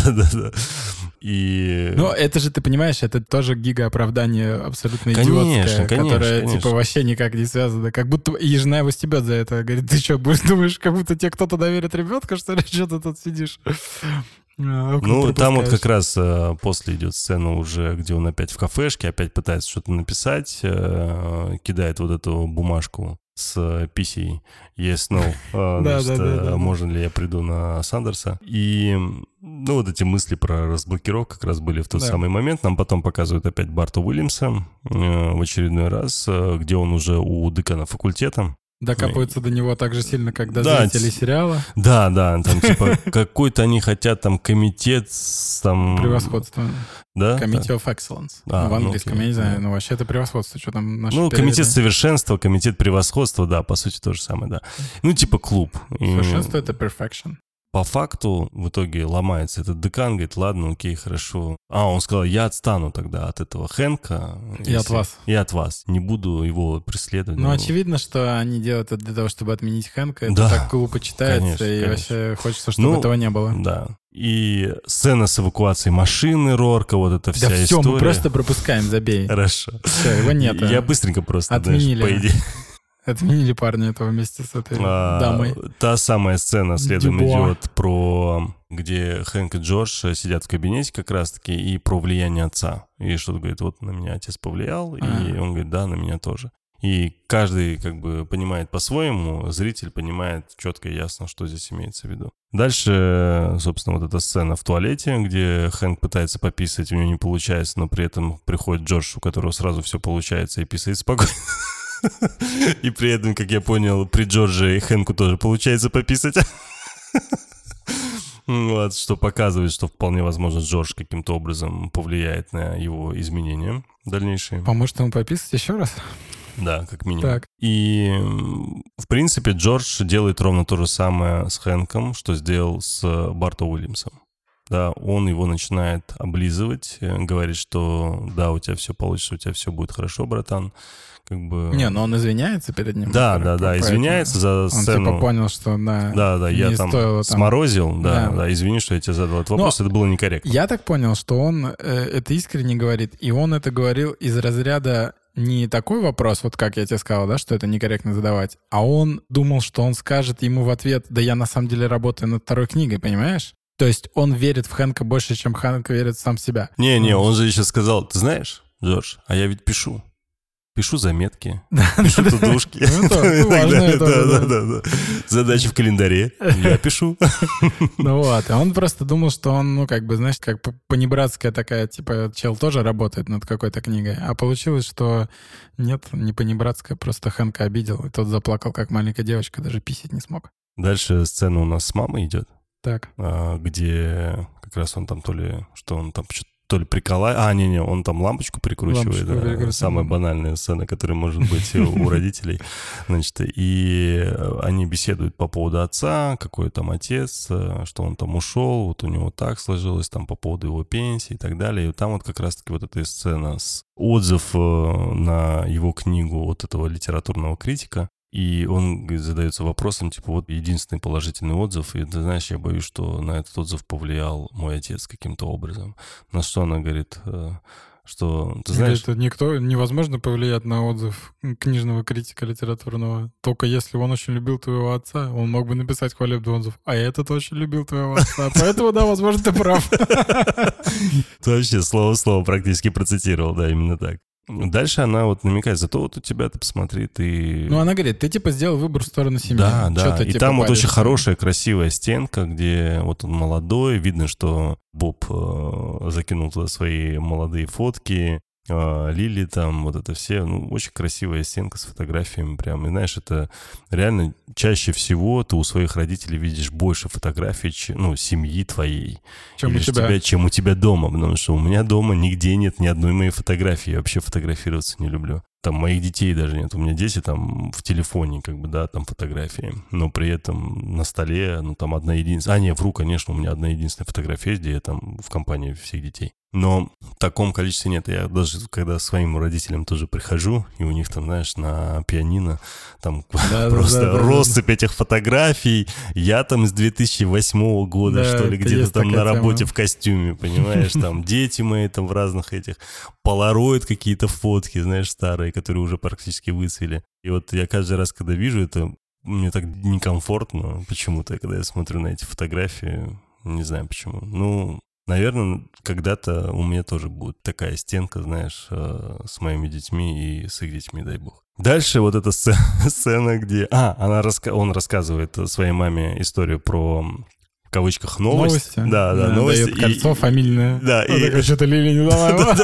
И... Ну, это же, ты понимаешь, это тоже гига-оправдание абсолютно идиотское, которое, типа, вообще никак не связано. Как будто и жена его стебет за это. Говорит, ты что, думаешь, как будто тебе кто-то доверит ребенка, что ли, что ты тут сидишь? Ну, там вот как раз после идет сцена уже, где он опять в кафешке, опять пытается что-то написать, кидает вот эту бумажку с писей yes, no, можно ли я приду на Сандерса. И вот эти мысли про разблокировку как раз были в тот самый момент. Нам потом показывают опять Барта Уильямса в очередной раз, где он уже у декана факультета. Докапываются до него так же сильно, как до зрителей сериала. Да, там типа какой-то они хотят там комитет там... Превосходство. Да? Committee of Excellence. В английском, я не знаю, но вообще это превосходство. Что там наши комитет совершенства, комитет превосходства, да, по сути то же самое, да. Ну, типа клуб. Совершенство — это perfection. По факту в итоге ломается этот декан, говорит, ладно, окей, хорошо. Он сказал, я отстану тогда от этого Хэнка. И от вас. И от вас. Не буду его преследовать. Ну, очевидно, что они делают это для того, чтобы отменить Хэнка. Это так глупо читается, конечно. Вообще хочется, чтобы этого не было. Да. И сцена с эвакуацией машины Рорка, вот эта вся история. Да все, мы просто пропускаем, забей. Хорошо. Все, его нет. Я быстренько просто, отменили. По идее. Отменили парня этого вместе с этой дамой. Та самая сцена следом идет про... где Хэнк и Джордж сидят в кабинете как раз-таки, и про влияние отца. И что-то говорит, вот на меня отец повлиял, и он говорит, да, на меня тоже. И каждый как бы понимает по-своему, зритель понимает четко и ясно, что здесь имеется в виду. Дальше, собственно, вот эта сцена в туалете, где Хэнк пытается пописать, у него не получается, но при этом приходит Джордж, у которого сразу все получается, и писает спокойно. И при этом, как я понял, при Джордже и Хэнку тоже получается пописать. Вот, что показывает, что вполне возможно Джордж каким-то образом повлияет на его изменения дальнейшие. Поможет ему пописать еще раз? Да, как минимум. Так. И, в принципе, Джордж делает ровно то же самое с Хэнком, что сделал с Барто Уильямсом. Да, он его начинает облизывать, говорит, что да, у тебя все получится, у тебя все будет хорошо, братан. Как бы... Не, но он извиняется перед ним. Да, извиняется за сцену. Он типа понял, что да, я там сморозил, да, извини, что я тебе задал этот вопрос, это было некорректно. Я так понял, что он это искренне говорит, и он это говорил из разряда не такой вопрос, вот как я тебе сказал, да, что это некорректно задавать, а он думал, что он скажет ему в ответ, да я на самом деле работаю над второй книгой, понимаешь? То есть он верит в Хэнка больше, чем Хэнк верит в сам себя. Не, он же еще сказал, ты знаешь, Джордж, а я ведь пишу заметки, пишу тудушки. Да. Задачи в календаре. Я пишу. Ну вот, а он просто думал, что он, ну как бы, знаешь, как понебратская такая, типа, чел тоже работает над какой-то книгой. А получилось, что нет, не понебратская, просто Хэнка обидел. И тот заплакал, как маленькая девочка, даже писать не смог. Дальше сцена у нас с мамой идет. Так. Где как раз он там то ли приколает... он там лампочку прикручивает. Самая банальная сцена, которая может быть у родителей. Значит, и они беседуют по поводу отца, какой там отец, что он там ушел, вот у него так сложилось, там по поводу его пенсии и так далее. И там вот как раз-таки вот эта сцена с отзыв на его книгу от этого литературного критика. И он задается вопросом, типа, вот единственный положительный отзыв, и ты знаешь, я боюсь, что на этот отзыв повлиял мой отец каким-то образом. На что она говорит, что, ты знаешь... Это невозможно повлиять на отзыв книжного критика литературного. Только если он очень любил твоего отца, он мог бы написать хвалебный отзыв. А этот очень любил твоего отца. Поэтому, да, возможно, ты прав. Ты вообще слово в слово практически процитировал, да, именно так. Дальше она вот намекает, зато вот у тебя, ты посмотри, ты... Ну, она говорит, ты типа сделал выбор в сторону семьи. Да, и типа там вот очень хорошая, красивая стенка, где вот он молодой, видно, что Боб закинул туда свои молодые фотки, Лили там, вот это все, ну, очень красивая стенка с фотографиями прям, и знаешь, это реально чаще всего ты у своих родителей видишь больше фотографий, семьи твоей, чем у тебя дома, потому что у меня дома нигде нет ни одной моей фотографии, я вообще фотографироваться не люблю. Там моих детей даже нет. У меня дети там в телефоне, как бы, да, там фотографии. Но при этом на столе, там одна единственная... вру, конечно, у меня одна единственная фотография есть, где я там в компании всех детей. Но в таком количестве нет. Я даже, когда своим родителям тоже прихожу, и у них там, знаешь, на пианино там просто россыпь этих фотографий. Я там с 2008 года, что ли, где-то там на работе в костюме, понимаешь? Там дети мои там в разных этих... Полароид какие-то фотки, знаешь, старые, которые уже практически выцвели. И вот я каждый раз, когда вижу это, мне так некомфортно почему-то, когда я смотрю на эти фотографии. Не знаю почему. Наверное, когда-то у меня тоже будет такая стенка, знаешь, с моими детьми и с их детьми, дай бог. Дальше вот эта сцена, где... он рассказывает своей маме историю про... в кавычках новости. Да, новости. Дает кольцо фамильное. Да. И что-то Лили не дала его.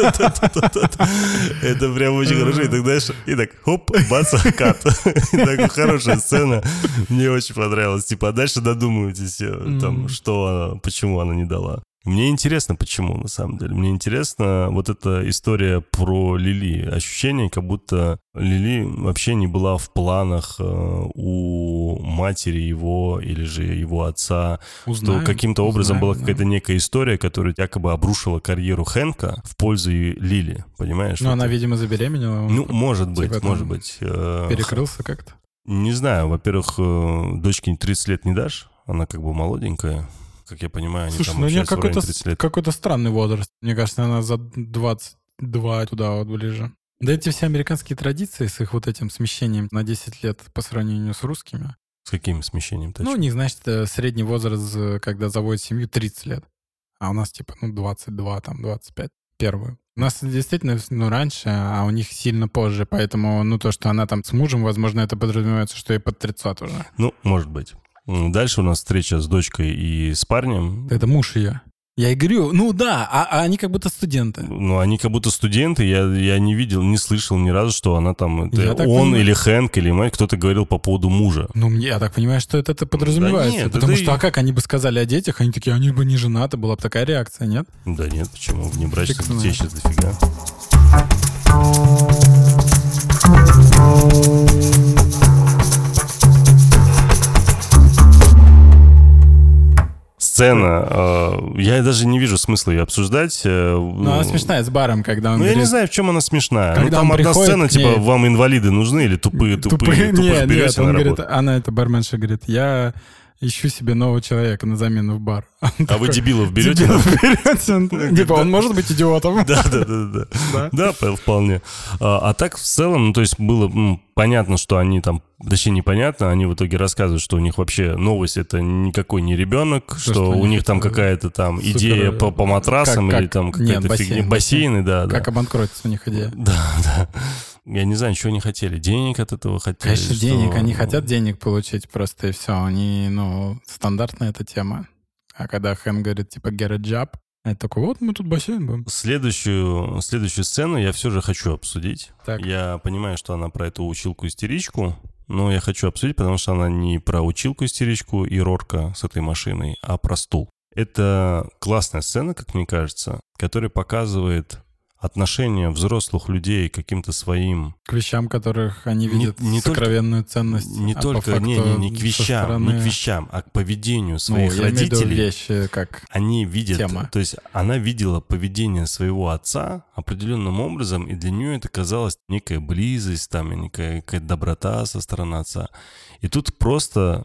Это прям очень хорошо. И так, знаешь, и так, хоп, бац, кат. Такая хорошая сцена. Мне очень понравилось. Типа, а дальше додумывайтесь, там, почему она не дала. Мне интересно, почему, на самом деле. Мне интересна вот эта история про Лили. Ощущение, как будто Лили вообще не была в планах у матери его или же его отца. Что каким-то образом была какая-то некая история, которая якобы обрушила карьеру Хэнка в пользу Лили, понимаешь? Она, видимо, забеременела. Может быть. Перекрылся как-то? Не знаю. Во-первых, дочке 30 лет не дашь. Она как бы молоденькая. Как я понимаю, они там общаются в районе 30 лет. Какой-то странный возраст. Мне кажется, она за 22 туда вот ближе. Да эти все американские традиции с их вот этим смещением на 10 лет по сравнению с русскими. С каким смещением? У них, значит, средний возраст, когда заводят семью, 30 лет. А у нас типа, 22, там, 25. Первую. У нас действительно, раньше, а у них сильно позже, поэтому, то, что она там с мужем, возможно, это подразумевается, что ей под 30 уже. Может быть. Дальше у нас встреча с дочкой и с парнем. Это муж ее. Я и говорю, а они как будто студенты. Они как будто студенты, я не видел, не слышал ни разу, что она там, или Хэнк, или мать, кто-то говорил по поводу мужа. Я так понимаю, что это подразумевается. Да нет, потому что, как они бы сказали о детях, они такие, они бы не женаты, была бы такая реакция, нет? Да нет, почему? Внебрачных детей сейчас дофига. Сцена, я даже не вижу смысла ее обсуждать. Она смешная с баром, когда он говорит... я не знаю, в чем она смешная. Там одна сцена, типа, вам инвалиды нужны или тупые Нет, он говорит, она, эта барменша, говорит, я ищу себе нового человека на замену в бар. Вы дебилов берете? Типа, он может быть идиотом. Да, вполне. А так, в целом, то есть было понятно, что они там, точнее, непонятно, они в итоге рассказывают, что у них вообще новость — это никакой не ребенок, что у них там какая-то там идея по матрасам или там какая-то фигня. Бассейны, да. Как обанкротиться у них идея. Да. Я не знаю, чего они хотели. Денег от этого хотели? Конечно, денег. Они хотят денег получить просто, и все. Они, стандартная эта тема. А когда Хэн говорит, типа, get a job, это такой, вот мы тут бассейн будем. Следующую сцену я все же хочу обсудить. Так. Я понимаю, что она про эту училку-истеричку, но я хочу обсудить, потому что она не про училку-истеричку и Рорка с этой машиной, а про стул. Это классная сцена, как мне кажется, которая показывает отношение взрослых людей к каким-то своим... К вещам, которых они видят сокровенную ценность. Не только, не к вещам, а к поведению своих родителей. Я имею в виду вещи как они видят, тема. То есть она видела поведение своего отца определенным образом, и для нее это казалось некая близость, там, некая доброта со стороны отца. И тут просто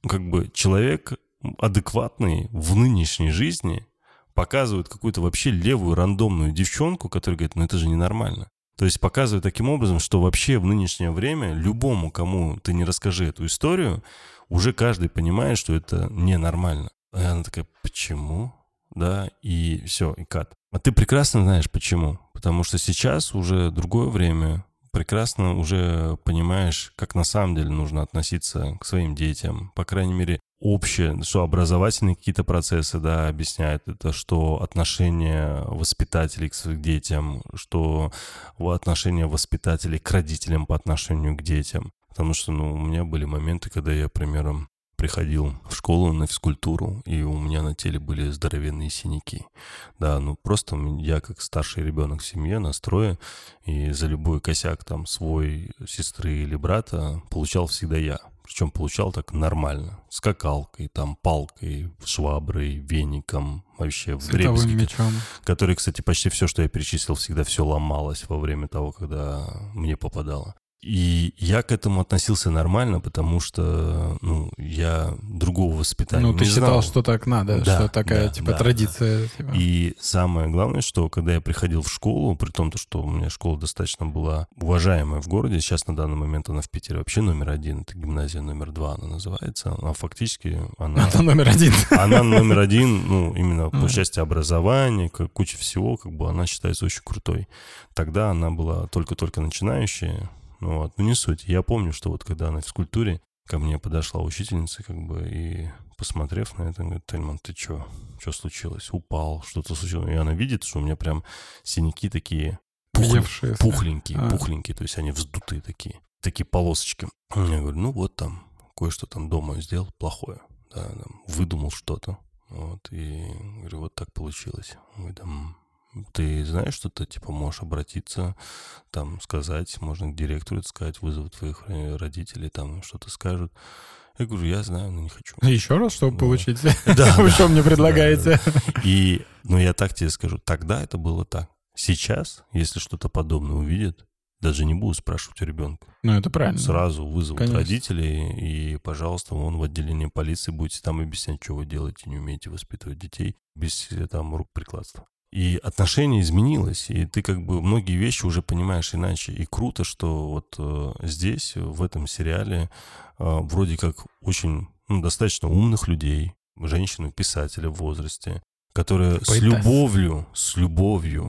человек адекватный в нынешней жизни показывают какую-то вообще левую рандомную девчонку, которая говорит, это же ненормально. То есть показывают таким образом, что вообще в нынешнее время любому, кому ты не расскажи эту историю, уже каждый понимает, что это ненормально. И она такая, почему? Да, и все, и кат. А ты прекрасно знаешь, почему. Потому что сейчас уже другое время, прекрасно уже понимаешь, как на самом деле нужно относиться к своим детям. По крайней мере, общее, что образовательные какие-то процессы, объясняют это, что отношение воспитателей к своим детям, что отношение воспитателей к родителям по отношению к детям. Потому что, у меня были моменты, когда я, примером, приходил в школу на физкультуру, и у меня на теле были здоровенные синяки. Да, просто я как старший ребенок в семье на строе, и за любой косяк там свой сестры или брата получал всегда я. Причем получал так нормально. Скакалкой, там, палкой, шваброй, веником, вообще вдребезги. Который, кстати, почти все, что я перечислил, всегда все ломалось во время того, когда мне попадало. И я к этому относился нормально, потому что, я другого воспитания не знал. Ты считал, что так надо, что такая, традиция. Да. И самое главное, что когда я приходил в школу, при том, что у меня школа достаточно была уважаемая в городе, сейчас на данный момент она в Питере вообще номер 1, это гимназия номер 2 она называется, а фактически она... Это номер 1. Она номер 1, именно по части образования, куча всего, она считается очень крутой. Тогда она была только-только начинающая. Не суть. Я помню, что когда на физкультуре ко мне подошла учительница, и посмотрев на это, говорит, Тельман, ты чё? Что случилось? Упал, что-то случилось. И она видит, что у меня прям синяки такие пухленькие, то есть они вздутые такие полосочки. Я говорю, там кое-что там дома сделал плохое, выдумал что-то. И говорю, вот так получилось. Говорит, ты знаешь, что ты, можешь обратиться, сказать, можно к директору сказать, вызовут твоих родителей, что-то скажут. Я говорю, я знаю, но не хочу. Еще раз, чтобы получить? Вы что мне предлагаете? И, я так тебе скажу, тогда это было так. Сейчас, если что-то подобное увидят, даже не буду спрашивать у ребенка. Это правильно. Сразу вызовут родителей, и, пожалуйста, вон в отделении полиции будете там объяснять, что вы делаете, не умеете воспитывать детей без рукоприкладства. И отношение изменилось, и ты многие вещи уже понимаешь иначе. И круто, что здесь, в этом сериале, вроде как очень достаточно умных людей, женщину-писателя в возрасте, которая с любовью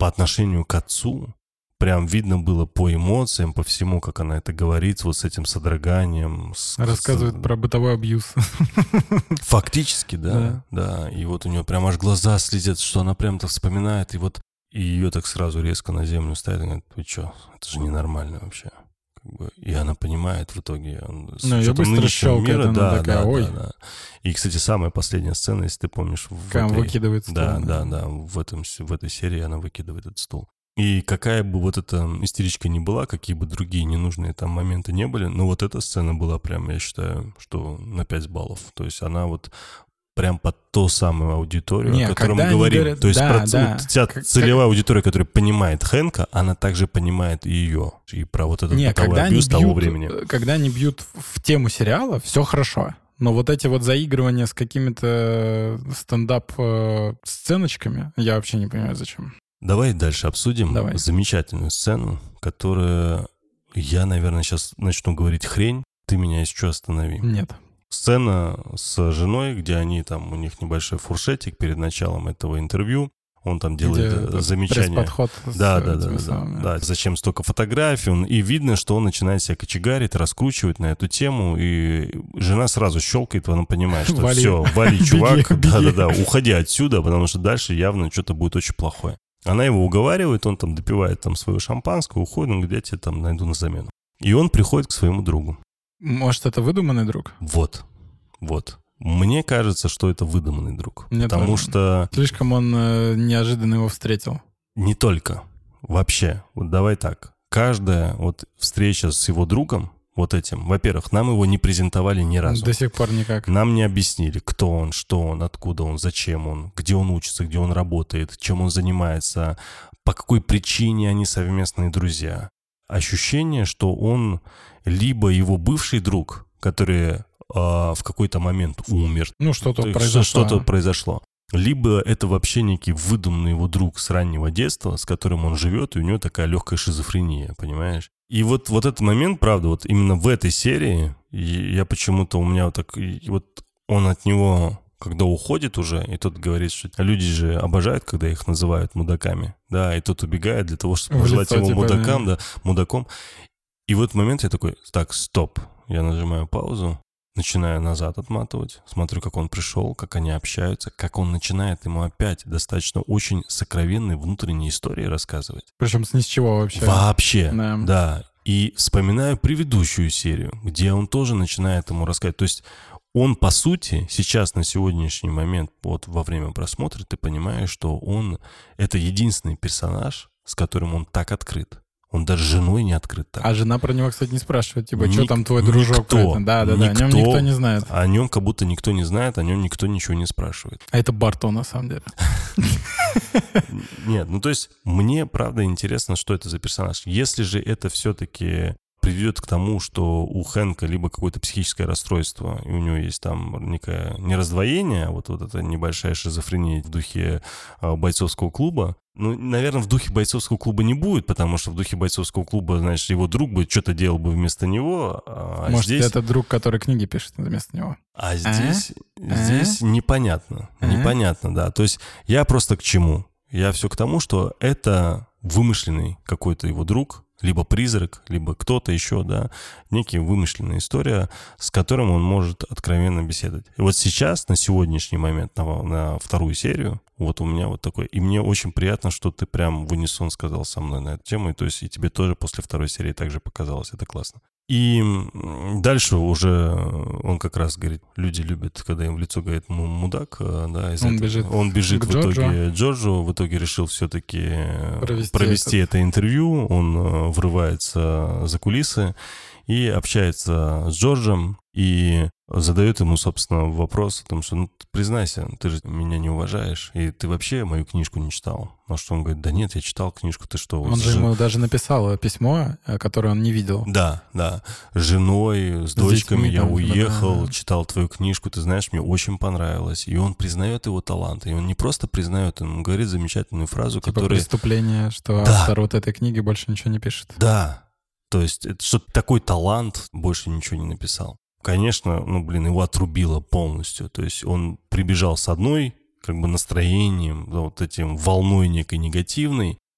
по отношению к отцу, прям видно было по эмоциям, по всему, как она это говорит, вот с этим содроганием. Рассказывает про бытовой абьюз. Фактически, да. И вот у нее прям аж глаза слезят, что она прям так вспоминает, и вот и ее так сразу резко на землю ставит и говорит: вы что, это же ненормально вообще. И она понимает в итоге. Ее быстро щелкает, она такая: ой. Да. И, кстати, самая последняя сцена, если ты помнишь... Выкидывает стул. Да. В этой серии она выкидывает этот стул. И какая бы вот эта истеричка ни была, какие бы другие ненужные там моменты не были, но вот эта сцена была прям, я считаю, что на 5 баллов. То есть она вот прям под ту самую аудиторию, о которой мы говорим. Говорят, то есть вся целевая аудитория, которая понимает Хэнка, она также понимает и ее. И про вот этот бытовой абьюз того времени. Когда они бьют в тему сериала, все хорошо. Но вот эти вот заигрывания с какими-то стендап-сценочками, я вообще не понимаю, зачем. Давай дальше обсудим замечательную сцену, которую я, наверное, сейчас начну говорить хрень. Ты меня еще останови. Нет. Сцена с женой, где они там, у них небольшой фуршетик перед началом этого интервью. Он там делает замечание. Пресс-подход. Да. Зачем столько фотографий? И видно, что он начинает себя кочегарить, раскручивать на эту тему. И жена сразу щелкает, она понимает, что все, вали, чувак. Да, уходи отсюда, потому что дальше явно что-то будет очень плохое. Она его уговаривает, он там допивает там свое шампанское, уходит, он говорит: я тебя там найду на замену. И он приходит к своему другу. Может, это выдуманный друг? Вот. Мне кажется, что это выдуманный друг. Потому что... Слишком он неожиданно его встретил. Не только. Вообще. Вот давай так. Каждая вот встреча с его другом, вот этим, во-первых, нам его не презентовали ни разу. До сих пор никак. Нам не объяснили, кто он, что он, откуда он, зачем он, где он учится, где он работает, чем он занимается, по какой причине они совместные друзья. Ощущение, что он либо его бывший друг, который в какой-то момент умер. Что-то произошло. Либо это вообще некий выдуманный его друг с раннего детства, с которым он живет, и у него такая легкая шизофрения, понимаешь? И вот этот момент, правда, вот именно в этой серии, я почему-то у меня вот так... Вот он от него, когда уходит уже, и тот говорит, что люди же обожают, когда их называют мудаками, да, и тот убегает для того, чтобы пожелать ему мудаком. И в этот момент я такой: так, стоп. Я нажимаю паузу, начинаю назад отматывать, смотрю, как он пришел, как они общаются, как он начинает ему опять достаточно очень сокровенные внутренние истории рассказывать. Причем с ни с чего вообще. Вообще, да. И вспоминаю предыдущую серию, где он тоже начинает ему рассказывать. То есть он, по сути, сейчас на сегодняшний момент, вот во время просмотра, ты понимаешь, что он — это единственный персонаж, с которым он так открыт. Он даже с женой не открыт так. А жена про него, кстати, не спрашивает, типа, что там твой дружок? Да, о нем никто не знает. О нем как будто никто не знает, о нем никто ничего не спрашивает. А это Барто, на самом деле. Нет, то есть мне, правда, интересно, что это за персонаж. Если же это все-таки приведет к тому, что у Хэнка либо какое-то психическое расстройство, и у него есть там некое не раздвоение, а вот эта небольшая шизофрения в духе бойцовского клуба. Наверное, в духе бойцовского клуба не будет, потому что в духе бойцовского клуба, знаешь, его друг бы что-то делал бы вместо него. Может, здесь... это друг, который книги пишет вместо него. А здесь непонятно. Непонятно, да. То есть я просто к чему? Я все к тому, что это вымышленный какой-то его друг, либо призрак, либо кто-то еще, да, некая вымышленная история, с которым он может откровенно беседовать. И вот сейчас, на сегодняшний момент, на вторую серию, вот у меня вот такой. И мне очень приятно, что ты прям в унисон сказал со мной на эту тему, и то есть и тебе тоже после второй серии также показалось, это классно. И дальше уже он как раз говорит, люди любят, когда им в лицо говорит мудак, да, он бежит в итоге Джорджу, в итоге решил все-таки провести это интервью, он врывается за кулисы и общается с Джорджем, и задает ему, собственно, вопрос о том, что, признайся, ты же меня не уважаешь, и ты вообще мою книжку не читал. На что он говорит: да нет, я читал книжку, ты что? Он же ему даже написал письмо, которое он не видел. Да, с женой, с дочками я уехал, читал твою книжку, ты знаешь, мне очень понравилось. И он признает его талант, и он не просто признает, он говорит замечательную фразу, типа которая... преступление, что автор вот этой книги больше ничего не пишет. Да, то есть это что такой талант больше ничего не написал. Конечно, его отрубило полностью. То есть он прибежал с одной, настроением, вот этим волной некой негативной,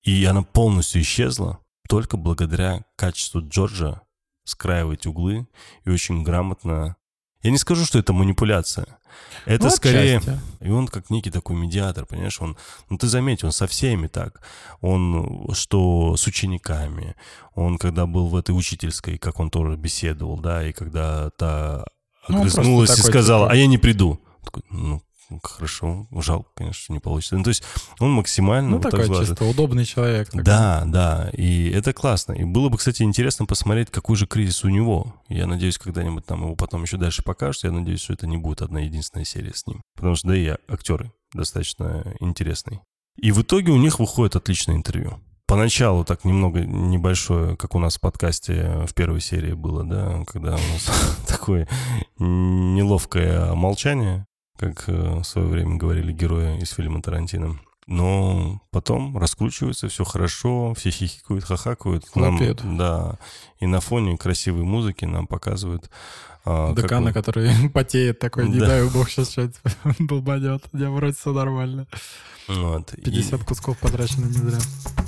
И она полностью исчезла только благодаря качеству Джорджа скраивать углы и очень грамотно... Я не скажу, что это манипуляция. Это скорее... И он как некий такой медиатор, понимаешь? Ты заметь, он со всеми так. Он что с учениками. Он когда был в этой учительской, как он тоже беседовал, да, и когда та огрызнулась и сказала, а я не приду. Такой, хорошо, жалко, конечно, не получится. То есть он максимально... такой чисто удобный человек. Такой. Да, и это классно. И было бы, кстати, интересно посмотреть, какой же кризис у него. Я надеюсь, когда-нибудь нам его потом еще дальше покажут. Я надеюсь, что это не будет одна единственная серия с ним. Потому что, да и актер достаточно интересный. И в итоге у них выходит отличное интервью. Поначалу так немного небольшое, как у нас в подкасте в первой серии было, да, когда у нас такое неловкое молчание, как в свое время говорили герои из фильма Тарантино. Но потом раскручивается, все хорошо, все хихикают, хахакают. Да, и на фоне красивой музыки нам показывают... Декана, который потеет такой, не дай бог сейчас что-то долбанет. Я вроде все нормально. 50 кусков потрачено не зря.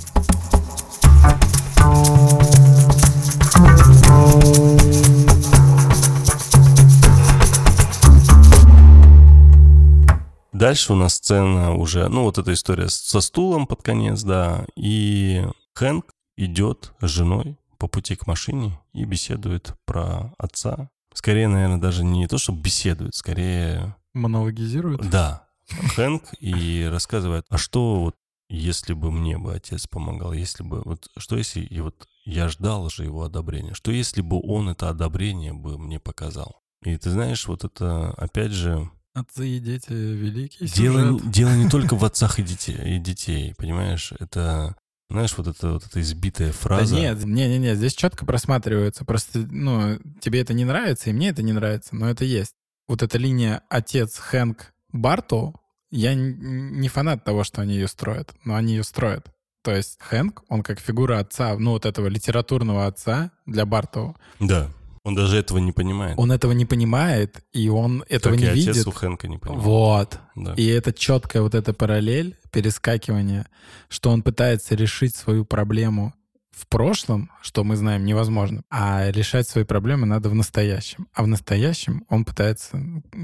Дальше у нас сцена уже, эта история со стулом под конец, да, и Хэнк идет с женой по пути к машине и беседует про отца. Скорее, наверное, даже не то, что беседует, скорее... Монологизирует? Да. Хэнк и рассказывает, а что если бы мне бы отец помогал, если бы... что если я ждал же его одобрения, что если бы он это одобрение бы мне показал? И ты знаешь, это опять же... Отцы и дети — великий сюжет. Дело не только в отцах и детей, понимаешь? Это, знаешь, эта избитая фраза. Да нет, здесь четко просматривается. Просто, тебе это не нравится, и мне это не нравится, но это есть. Эта линия отец Хэнк Бартл, я не фанат того, что они ее строят, но они ее строят. То есть Хэнк, он как фигура отца, этого литературного отца для Бартла. Да. Он даже этого не понимает. Он этого не понимает, и он этого не видит. Отец у Хэнка не понимает. Вот. Да. И это четкая эта параллель, перескакивание, что он пытается решить свою проблему в прошлом, что мы знаем невозможно, а решать свои проблемы надо в настоящем. А в настоящем он пытается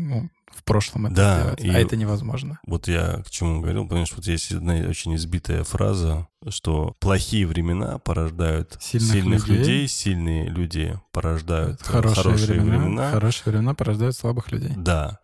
в прошлом это сделать, а это невозможно. Я к чему говорил, понимаешь, есть одна очень избитая фраза, что плохие времена порождают сильных людей, сильные люди порождают хорошие времена. Хорошие времена порождают слабых людей. Да.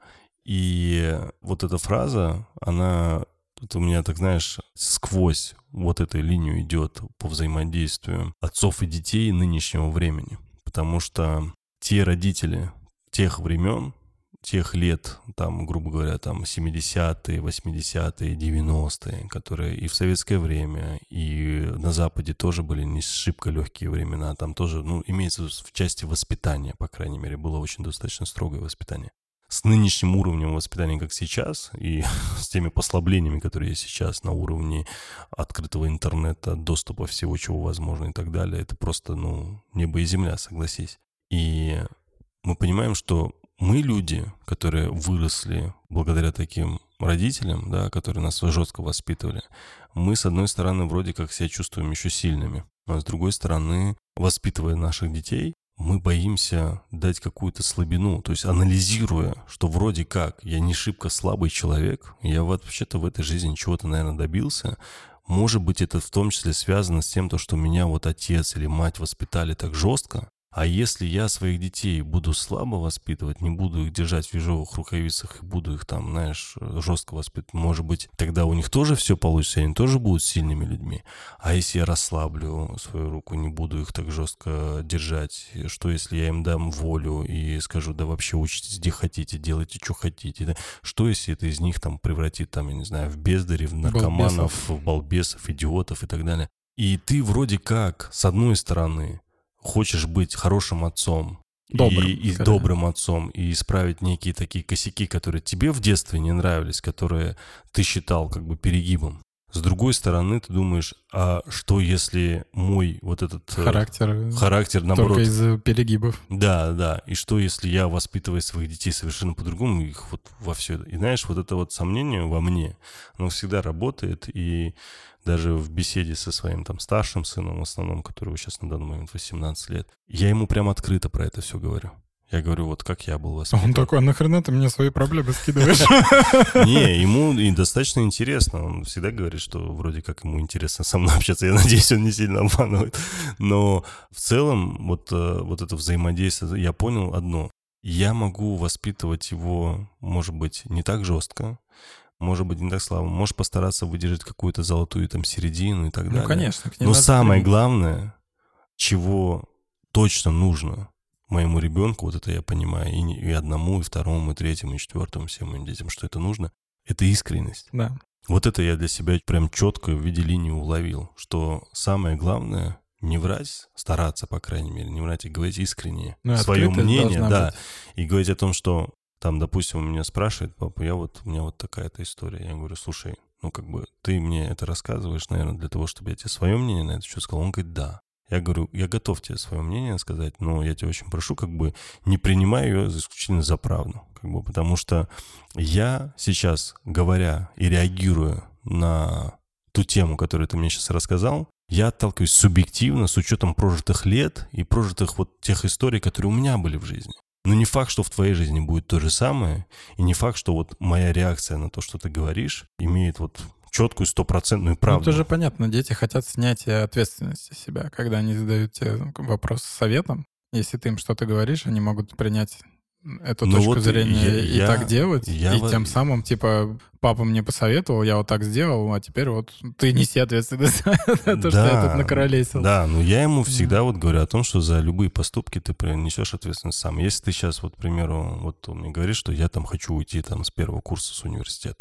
И эта фраза, она... у меня, так знаешь, сквозь эту линию идет по взаимодействию отцов и детей нынешнего времени. Потому что те родители тех времен, тех лет, грубо говоря, 70-е, 80-е, 90-е, которые и в советское время, и на Западе тоже были не шибко легкие времена. Там тоже, имеется в части воспитания, по крайней мере, было очень достаточно строгое воспитание. С нынешним уровнем воспитания, как сейчас, и с теми послаблениями, которые есть сейчас на уровне открытого интернета, доступа всего, чего возможно и так далее, это просто, небо и земля, согласись. И мы понимаем, что мы люди, которые выросли благодаря таким родителям, да, которые нас жестко воспитывали, мы, с одной стороны, вроде как себя чувствуем еще сильными, а с другой стороны, воспитывая наших детей, мы боимся дать какую-то слабину, то есть анализируя, что вроде как я не шибко слабый человек, я вообще-то в этой жизни чего-то, наверное, добился. Может быть, это в том числе связано с тем, что меня отец или мать воспитали так жестко. А если я своих детей буду слабо воспитывать, не буду их держать в ежовых рукавицах и буду их жестко воспитывать, может быть, тогда у них тоже все получится, они тоже будут сильными людьми. А если я расслаблю свою руку, не буду их так жестко держать, что если я им дам волю и скажу, да вообще учитесь где хотите, делайте, что хотите, да? Что если это из них превратит, я не знаю, в бездарей, в наркоманов, в балбесов, идиотов и так далее. И ты вроде как, с одной стороны, хочешь быть хорошим отцом, добрым отцом, и исправить некие такие косяки, которые тебе в детстве не нравились, которые ты считал перегибом. С другой стороны, ты думаешь, а что если мой вот этот характер наоборот... Только из перегибов. Да. И что если я, воспитывая своих детей совершенно по-другому, их вот во все это... И знаешь, вот это вот сомнение во мне, оно всегда работает, и даже в беседе со своим там старшим сыном, в основном, которого сейчас на данный момент 18 лет, я ему прям открыто про это все говорю. Я говорю, вот как я был воспитан. Он такой, а нахрена ты мне свои проблемы скидываешь? Не, ему и достаточно интересно. Он всегда говорит, что вроде как ему интересно со мной общаться. Я надеюсь, он не сильно обманывает. Но в целом вот это взаимодействие, я понял одно. Я могу воспитывать его, может быть, не так жестко, может быть, не так слабо. Можешь постараться выдержать какую-то золотую там середину и так далее. Ну, конечно. Но самое главное, чего точно нужно моему ребенку, вот это я понимаю, и одному, и второму, и третьему, и четвертому, всем моим детям, что это нужно, это искренность. Да. Вот это я для себя прям четко в виде линии уловил, что самое главное не врать, стараться, по крайней мере, не врать и говорить искренне свое мнение, да, и говорить о том, что там, допустим, он меня спрашивает, папа, у меня вот такая-то история. Я говорю, слушай, ты мне это рассказываешь, наверное, для того, чтобы я тебе свое мнение на это что сказал. Он говорит, да. Я говорю, я готов тебе свое мнение сказать, но я тебя очень прошу, не принимай ее исключительно за правду, потому что я сейчас, говоря и реагируя на ту тему, которую ты мне сейчас рассказал, я отталкиваюсь субъективно с учетом прожитых лет и прожитых вот тех историй, которые у меня были в жизни. Но не факт, что в твоей жизни будет то же самое, и не факт, что вот моя реакция на то, что ты говоришь, имеет вот четкую, стопроцентную правду. Ну, это же понятно, дети хотят снятия ответственности с себя. Когда они задают тебе вопрос с советом, если ты им что-то говоришь, они могут принять эту точку зрения и так делать. Тем самым, папа мне посоветовал, я вот так сделал, а теперь вот ты неси ответственность за то, что я тут накуролесил. Да, но я ему всегда вот говорю о том, что за любые поступки ты несешь ответственность сам. Если ты сейчас, вот, к примеру, вот он мне говорит, что я там хочу уйти там с первого курса с университета,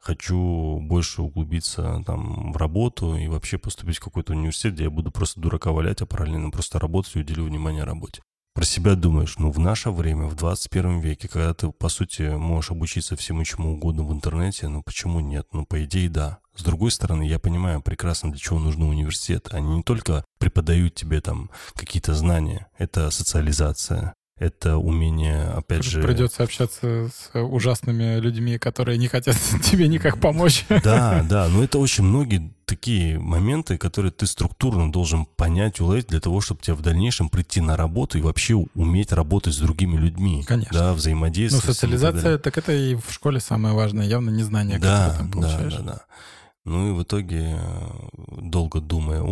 хочу больше углубиться там в работу и вообще поступить в какой-то университет, где я буду просто дурака валять, а параллельно просто работать и уделю внимание работе. Про себя думаешь, в наше время, в 21 веке, когда ты, по сути, можешь обучиться всему чему угодно в интернете, почему нет? По идее, да. С другой стороны, я понимаю прекрасно, для чего нужны университеты. Они не только преподают тебе там какие-то знания, это социализация, это умение, опять же... Придется общаться с ужасными людьми, которые не хотят тебе никак помочь. Да, но это очень многие такие моменты, которые ты структурно должен понять, уловить для того, чтобы тебе в дальнейшем прийти на работу и вообще уметь работать с другими людьми. Конечно. Да, взаимодействовать. Социализация, так это и в школе самое важное, явно незнание, которое там получаешь. Да. И в итоге, долго думая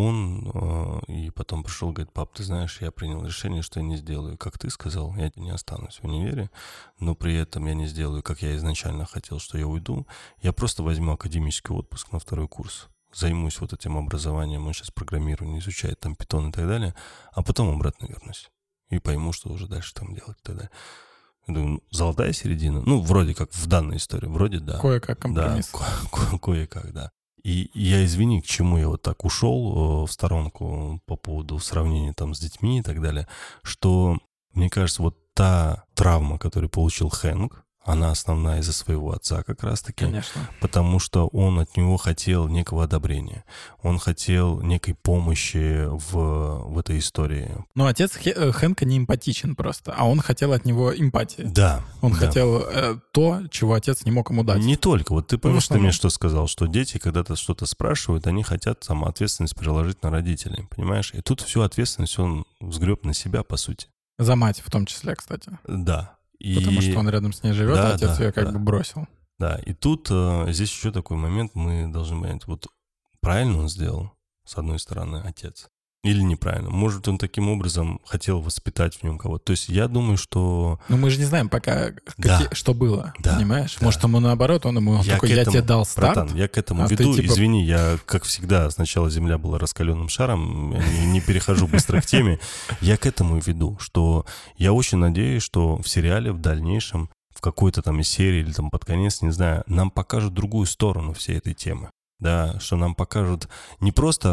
и потом пришел, говорит, пап, ты знаешь, я принял решение, что я не сделаю, как ты сказал, я не останусь в универе, но при этом я не сделаю, как я изначально хотел, что я уйду, я просто возьму академический отпуск на 2-й курс, займусь вот этим образованием, он сейчас программирование изучает, там Python и так далее, а потом обратно вернусь и пойму, что уже дальше там делать и так далее. Я думаю, золотая середина, вроде как в данной истории, вроде да. Кое-как компромисс. Да, кое-как, да. И я, извини, к чему я вот так ушел в сторонку по поводу сравнения там с детьми и так далее, что, мне кажется, вот та травма, которую получил Хэнк, она основная из-за своего отца как раз-таки. Конечно. Потому что он от него хотел некого одобрения. Он хотел некой помощи в этой истории. Но отец Хэнка не эмпатичен просто, а он хотел от него эмпатии. Да. Он хотел то, чего отец не мог ему дать. Не только. Вот ты помнишь, ты мне что сказал, что дети, когда-то что-то спрашивают, они хотят там ответственность переложить на родителей, понимаешь? И тут всю ответственность он сгреб на себя, по сути. За мать в том числе, кстати. Да. Потому что он рядом с ней живет, а отец ее как бы бросил. Да, и тут здесь еще такой момент, мы должны понять, вот правильно он сделал, с одной стороны, отец, или неправильно. Может, он таким образом хотел воспитать в нем кого-то. То есть я думаю, что... Мы же не знаем пока, что было, понимаешь? Да. Может, ему наоборот, он такой, я тебе дал старт. Братан, я к этому веду. Извини, я, как всегда, сначала Земля была раскаленным шаром, не перехожу быстро к теме. Я к этому веду, что я очень надеюсь, что в сериале в дальнейшем, в какой-то там из серии или там под конец, не знаю, нам покажут другую сторону всей этой темы. Да, что нам покажут не просто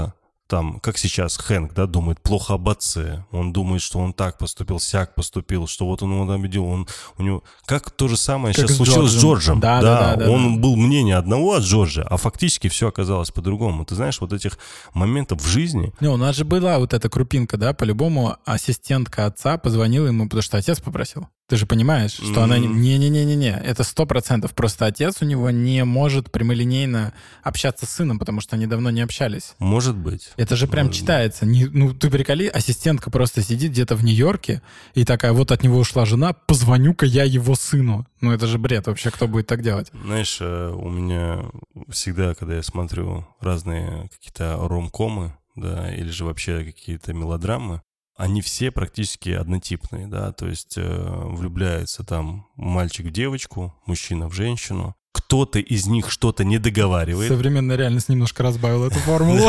там, как сейчас Хэнк, да, думает плохо об отце, он думает, что он так поступил, сяк поступил, что вот он его обидел, у него... Как то же самое как сейчас случилось с Джорджем. Да, он был мнение одного от Джорджа, а фактически все оказалось по-другому. Ты знаешь, вот этих моментов в жизни... Не, у нас же была вот эта крупинка, да, по-любому ассистентка отца позвонила ему, потому что отец попросил. Ты же понимаешь, что она... Не-не-не-не-не, это 100%. Просто отец у него не может прямолинейно общаться с сыном, потому что они давно не общались. Может быть. Это же прям читается. Ну, ты приколи, ассистентка просто сидит где-то в Нью-Йорке и такая, вот от него ушла жена, позвоню-ка я его сыну. Ну, это же бред вообще, кто будет так делать? Знаешь, у меня всегда, когда я смотрю разные какие-то ромкомы, да, или же вообще какие-то мелодрамы, они все практически однотипные, да, то есть влюбляется там мальчик в девочку, мужчина в женщину. Кто-то из них что-то не договаривает. Современная реальность немножко разбавила эту формулу.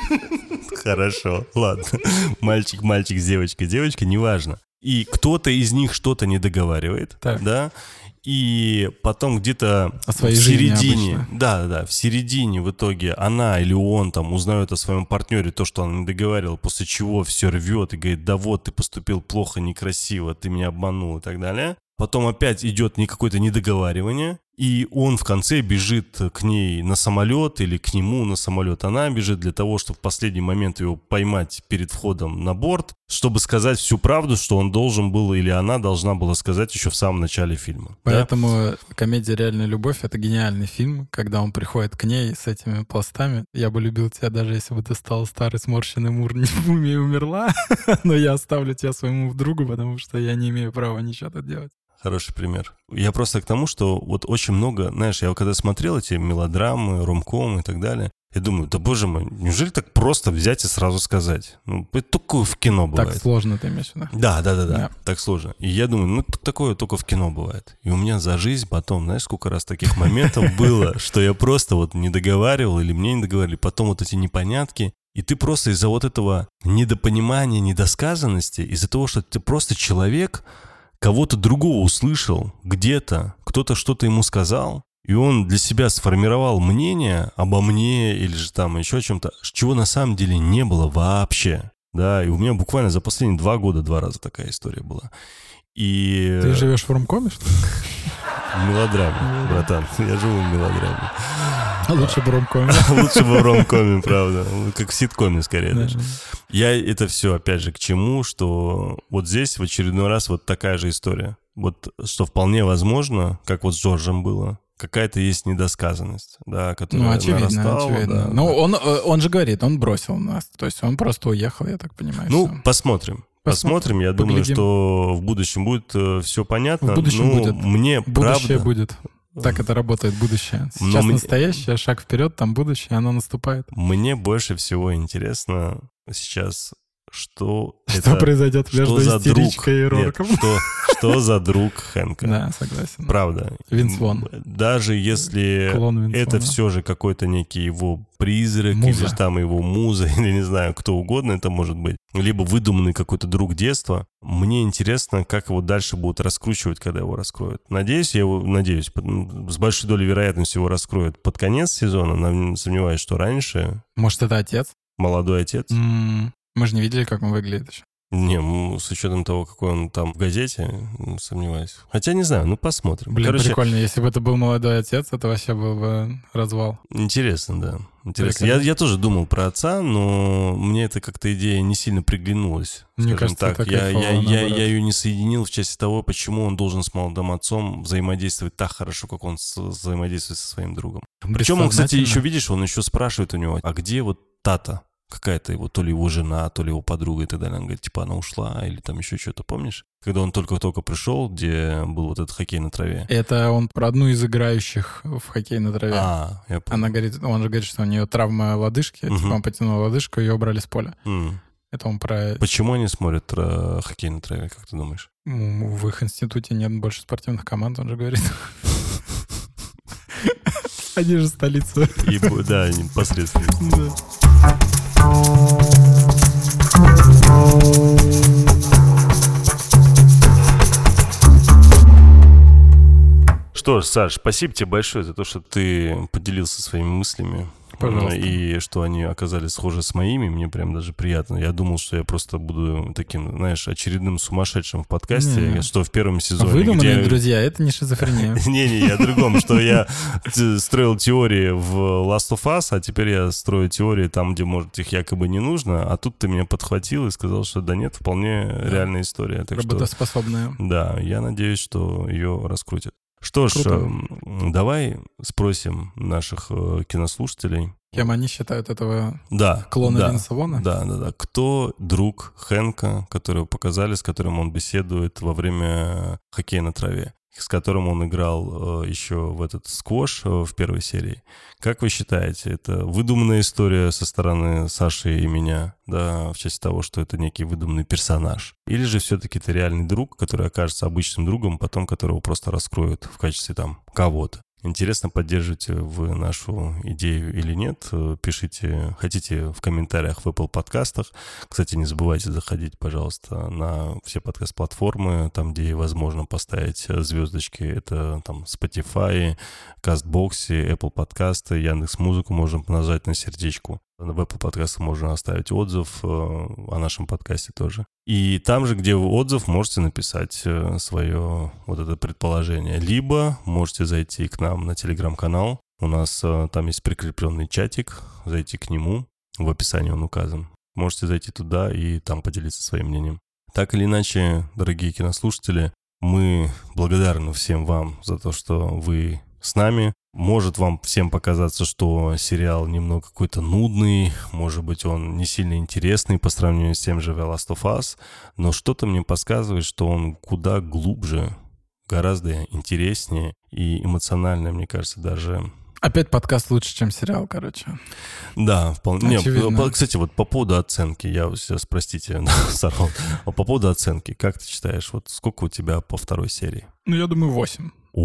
Хорошо, ладно. Мальчик с девочкой, девочка, неважно. И кто-то из них что-то не договаривает, да, и потом где-то в середине, в середине в итоге она или он там узнает о своем партнере то, что он не договаривал, после чего все рвет и говорит, да вот, ты поступил плохо, некрасиво, ты меня обманул и так далее. Потом опять идет какое-то недоговаривание, и он в конце бежит к ней на самолет или к нему на самолет. Она бежит для того, чтобы в последний момент его поймать перед входом на борт, чтобы сказать всю правду, что он должен был или она должна была сказать еще в самом начале фильма. Поэтому комедия «Реальная любовь» — это гениальный фильм, когда он приходит к ней с этими пластами. Я бы любил тебя, даже если бы ты стал старый сморщенный мумией и умерла, но я оставлю тебя своему другу, потому что я не имею права ничего тут делать. Хороший пример. Я просто к тому, что вот очень много, знаешь, я когда смотрел эти мелодрамы, ромкомы и так далее, я думаю, да боже мой, неужели так просто взять и сразу сказать? Ну, это только в кино бывает. Так сложно, ты имеешь в виду? Да, так сложно. И я думаю, ну, такое только в кино бывает. И у меня за жизнь потом, знаешь, сколько раз таких моментов было, что я просто вот не договаривал или мне не договаривали, потом вот эти непонятки. И ты просто из-за вот этого недопонимания, недосказанности, из-за того, что ты просто человек... кого-то другого услышал где-то, кто-то что-то ему сказал, и он для себя сформировал мнение обо мне или же там еще о чем-то, чего на самом деле не было вообще. Да, и у меня буквально за последние 2 года 2 раза такая история была. И... Ты живешь в ромкоме, что ли? В мелодраме, братан. Я живу в мелодраме. Лучше бы в ромкоме. Лучше бы в ромкоме, правда. Как в ситкоме, скорее даже. Я это все, опять же, к чему, что вот здесь в очередной раз вот такая же история. Вот что вполне возможно, как вот с Джорджем было, какая-то есть недосказанность, да, которая нарастала. Очевидно. Да, ну, он же говорит, он бросил нас. То есть он просто уехал, я так понимаю. Ну, все. Посмотрим. Я думаю, что в будущем будет все понятно. В будущем будет. Мне будущее правда... будет. Так это работает, будущее. Сейчас настоящее, шаг вперед, там будущее, оно наступает. Мне больше всего интересно сейчас, что произойдет между истеричкой и Рорком. Что за друг Хэнка. Да, согласен. Правда. Винс Вон. Даже если это все же какой-то некий его призрак, или же там его муза, или не знаю, кто угодно это может быть, либо выдуманный какой-то друг детства, мне интересно, как его дальше будут раскручивать, когда его раскроют. Надеюсь, с большой долей вероятности его раскроют под конец сезона, но сомневаюсь, что раньше. Может, это отец? Молодой отец. Мы же не видели, как он выглядит еще. Не, с учетом того, какой он там в газете, сомневаюсь. Хотя не знаю, посмотрим. Блин, прикольно, если бы это был молодой отец, это вообще был бы развал. Интересно, да. Интересно. Я тоже думал про отца, но мне это как-то идея не сильно приглянулась. Мне кажется, так. Я ее не соединил в части того, почему он должен с молодым отцом взаимодействовать так хорошо, как он взаимодействует со своим другом. Причем он, кстати, еще, видишь, он еще спрашивает у него, а где вот Тата? Какая-то его, то ли его жена, то ли его подруга и так далее. Он говорит, типа, она ушла или там еще что-то, помнишь? Когда он только-только пришел, где был вот этот хоккей на траве. Это он про одну из играющих в хоккей на траве. Я понял. Она говорит, он же говорит, что у нее травма лодыжки, типа он потянул лодыжку, ее убрали с поля. Это он про... Почему они смотрят хоккей на траве, как ты думаешь? В их институте нет больше спортивных команд, он же говорит. Они же столица. Да, непосредственно. Что ж, Саш, спасибо тебе большое за то, что ты поделился своими мыслями Пожалуйста. И что они оказались схожи с моими, мне прям даже приятно. Я думал, что я просто буду таким, знаешь, очередным сумасшедшим в подкасте, что в первом сезоне... Выдуманные друзья, это не шизофрения. Не-не, я о другом, что я строил теории в Last of Us, а теперь я строю теории там, где, может, их якобы не нужно, а тут ты меня подхватил и сказал, что да нет, вполне реальная история. Работоспособная. Да, я надеюсь, что ее раскрутят. Что ж, давай спросим наших кинослушателей. Кем они считают этого клона Винса Вона? Да. Кто друг Хэнка, которого показали, с которым он беседует во время хоккея на траве, с которым он играл еще в этот сквош в первой серии. Как вы считаете, это выдуманная история со стороны Саши и меня, да, в части того, что это некий выдуманный персонаж? Или же все-таки это реальный друг, который окажется обычным другом, потом которого просто раскроют в качестве там кого-то? Интересно, поддержите вы нашу идею или нет. Пишите, хотите, в комментариях в Apple подкастах. Кстати, не забывайте заходить, пожалуйста, на все подкаст-платформы, там, где возможно поставить звездочки. Это там Spotify, CastBox, Apple подкасты, Яндекс.Музыку можно нажать на сердечку. В Apple подкастах можно оставить отзыв о нашем подкасте тоже. И там же, где вы отзыв, можете написать свое вот это предположение. Либо можете зайти к нам на Telegram-канал. У нас там есть прикрепленный чатик. Зайти к нему. В описании он указан. Можете зайти туда и там поделиться своим мнением. Так или иначе, дорогие кинослушатели, мы благодарны всем вам за то, что вы с нами. Может вам всем показаться, что сериал немного какой-то нудный, может быть, он не сильно интересный по сравнению с тем же The Last of Us, но что-то мне подсказывает, что он куда глубже, гораздо интереснее и эмоционально, мне кажется, даже... Опять подкаст лучше, чем сериал, короче. Да, вполне. Очевидно. Кстати, вот по поводу оценки, я сейчас, простите, сорвал. По поводу оценки, как ты считаешь, вот сколько у тебя по второй серии? Ну, я думаю, 8.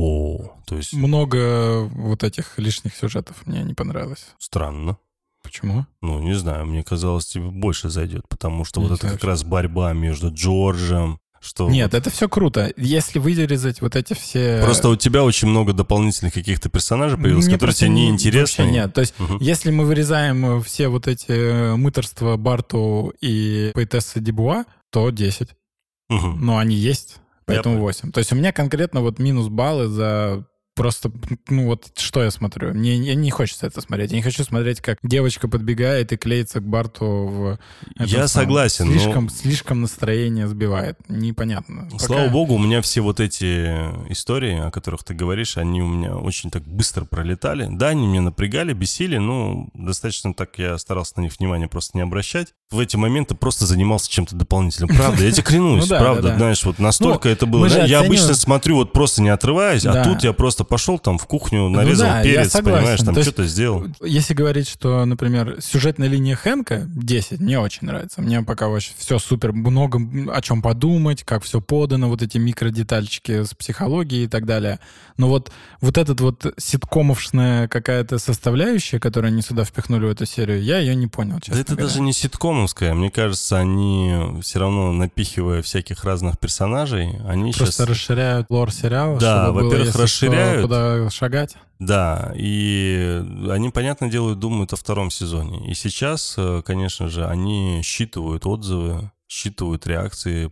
То есть... Много вот этих лишних сюжетов мне не понравилось. Странно. Почему? Ну, не знаю, мне казалось, тебе больше зайдет, потому что вот это как раз борьба между Джорджем, что... Нет, это все круто. Если вырезать вот эти все... Просто у тебя очень много дополнительных каких-то персонажей появилось, которые тебе не интересны. Вообще нет. То есть, если мы вырезаем все вот эти мыторства Барту и поэтессы Дебуа, то 10. Но они есть. Поэтому 8. То есть у меня конкретно вот минус баллы за просто, ну вот что я смотрю. Мне не хочется это смотреть. Я не хочу смотреть, как девочка подбегает и клеится к Барту в... Я согласен, Слишком настроение сбивает. Непонятно. Слава богу, у меня все вот эти истории, о которых ты говоришь, они у меня очень так быстро пролетали. Да, они меня напрягали, бесили, но достаточно так я старался на них внимания просто не обращать. В эти моменты просто занимался чем-то дополнительным. Правда, я тебе клянусь, правда. Знаешь, вот настолько это было. Я обычно смотрю, вот просто не отрываясь, а тут я просто пошел там в кухню, нарезал перец, понимаешь, там что-то сделал. Если говорить, что, например, сюжетная линия Хэнка 10, мне очень нравится. Мне пока вообще все супер, много о чем подумать, как все подано, вот эти микродетальчики с психологией и так далее. Но вот этот вот ситкомовшная какая-то составляющая, которую они сюда впихнули в эту серию, я ее не понял, честно говоря. Это даже не ситкомовская. Мне кажется, они все равно, напихивая всяких разных персонажей, они просто сейчас... расширяют лор сериала. Да, во-первых, расширяют. Куда шагать. Да, и они, понятно, думают о втором сезоне. И сейчас, конечно же, они считывают отзывы, считывают реакции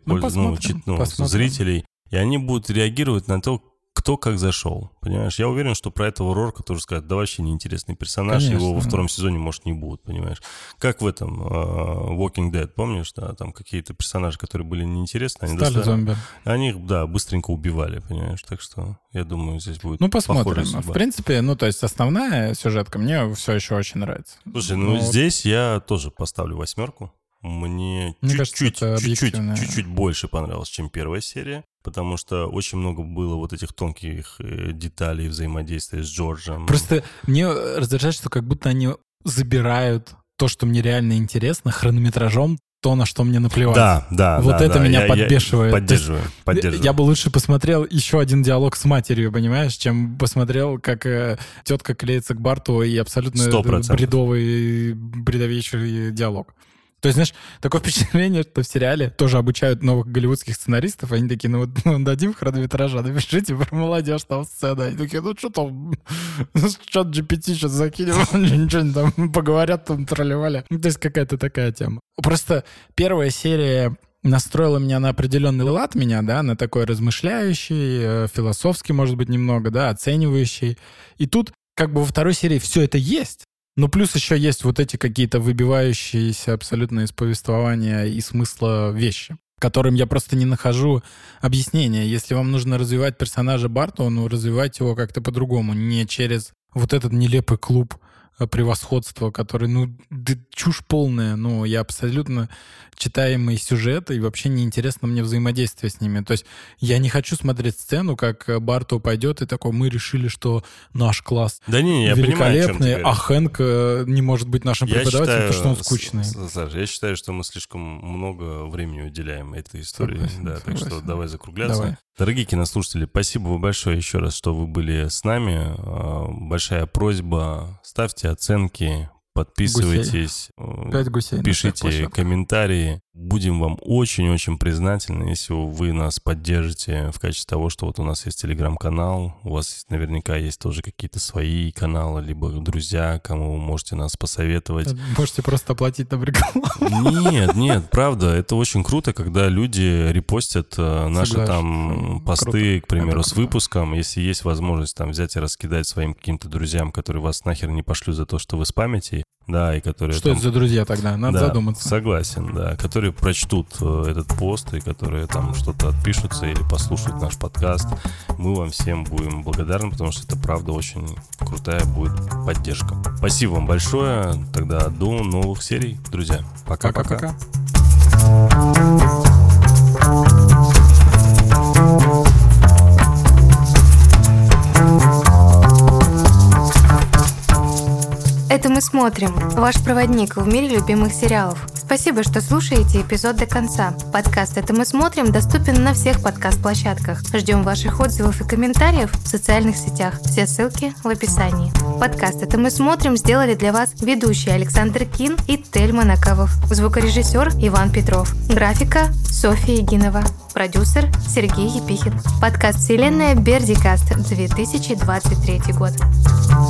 зрителей, и они будут реагировать на то, кто как зашел, понимаешь? Я уверен, что про этого Рорка тоже скажут, да вообще неинтересный персонаж, конечно, его во втором сезоне, может, не будут, понимаешь? Как в этом Walking Dead, помнишь, да, там какие-то персонажи, которые были неинтересны, они их, да, быстренько убивали, понимаешь? Так что я думаю, здесь будет посмотрим. В принципе, то есть основная сюжетка мне все еще очень нравится. Слушай, здесь я тоже поставлю 8. Мне чуть-чуть больше понравилось, чем первая серия, потому что очень много было вот этих тонких деталей взаимодействия с Джорджем. Просто мне раздражает, что как будто они забирают то, что мне реально интересно, хронометражом, то, на что мне наплевать. Да. Вот это меня подбешивает. Поддерживаю. Я бы лучше посмотрел еще один диалог с матерью, понимаешь, чем посмотрел, как тетка клеится к Барту и абсолютно 100%. бредовейший диалог. То есть, знаешь, такое впечатление, что в сериале тоже обучают новых голливудских сценаристов, они такие, ну вот дадим хронометража, напишите про молодежь там сцена. Они такие, ну что там, чат GPT сейчас закинем, ничего там поговорят, там тролливали. То есть какая-то такая тема. Просто первая серия настроила меня на определенный лад да, на такой размышляющий, философский, может быть, немного, да, оценивающий. И тут как бы во второй серии все это есть. Но плюс еще есть вот эти какие-то выбивающиеся абсолютно из повествования и смысла вещи, которым я просто не нахожу объяснения. Если вам нужно развивать персонажа Барто, ну, развивайте его как-то по-другому, не через вот этот нелепый клуб превосходства, который, ну, чушь полная, ну, я абсолютно читаемый сюжет, и вообще неинтересно мне взаимодействие с ними. То есть я не хочу смотреть сцену, как Барто пойдет и такой, мы решили, что наш класс великолепный, а Хэнк не может быть нашим преподавателем, потому что он скучный. Саша, я считаю, что мы слишком много времени уделяем этой истории. Так что давай закругляться. Давай. Дорогие кинослушатели, спасибо вам большое еще раз, что вы были с нами. Большая просьба, ставьте оценки, подписывайтесь, пишите комментарии. Будем вам очень-очень признательны, если вы нас поддержите в качестве того, что вот у нас есть телеграм-канал, у вас наверняка есть тоже какие-то свои каналы, либо друзья, кому вы можете нас посоветовать. Можете просто оплатить нам рекламу. Нет, правда, это очень круто, когда люди репостят наши там посты, к примеру, с выпуском. Если есть возможность там взять и раскидать своим каким-то друзьям, которые вас нахер не пошлют за то, что вы спамите, да, и которые... Что там... это за друзья тогда? Надо задуматься. Согласен, да. Которые прочтут этот пост и которые там что-то отпишутся или послушают наш подкаст. Мы вам всем будем благодарны, потому что это, правда, очень крутая будет поддержка. Спасибо вам большое. Тогда до новых серий, друзья. Пока-пока. Это мы смотрим. Ваш проводник в мире любимых сериалов. Спасибо, что слушаете эпизод до конца. Подкаст «Это мы смотрим» доступен на всех подкаст-площадках. Ждем ваших отзывов и комментариев в социальных сетях. Все ссылки в описании. Подкаст «Это мы смотрим» сделали для вас ведущие Александр Кин и Тельма Накавов. Звукорежиссер Иван Петров. Графика Софья Егинова. Продюсер Сергей Епихин. Подкаст «Вселенная Бердикаст», 2023 год.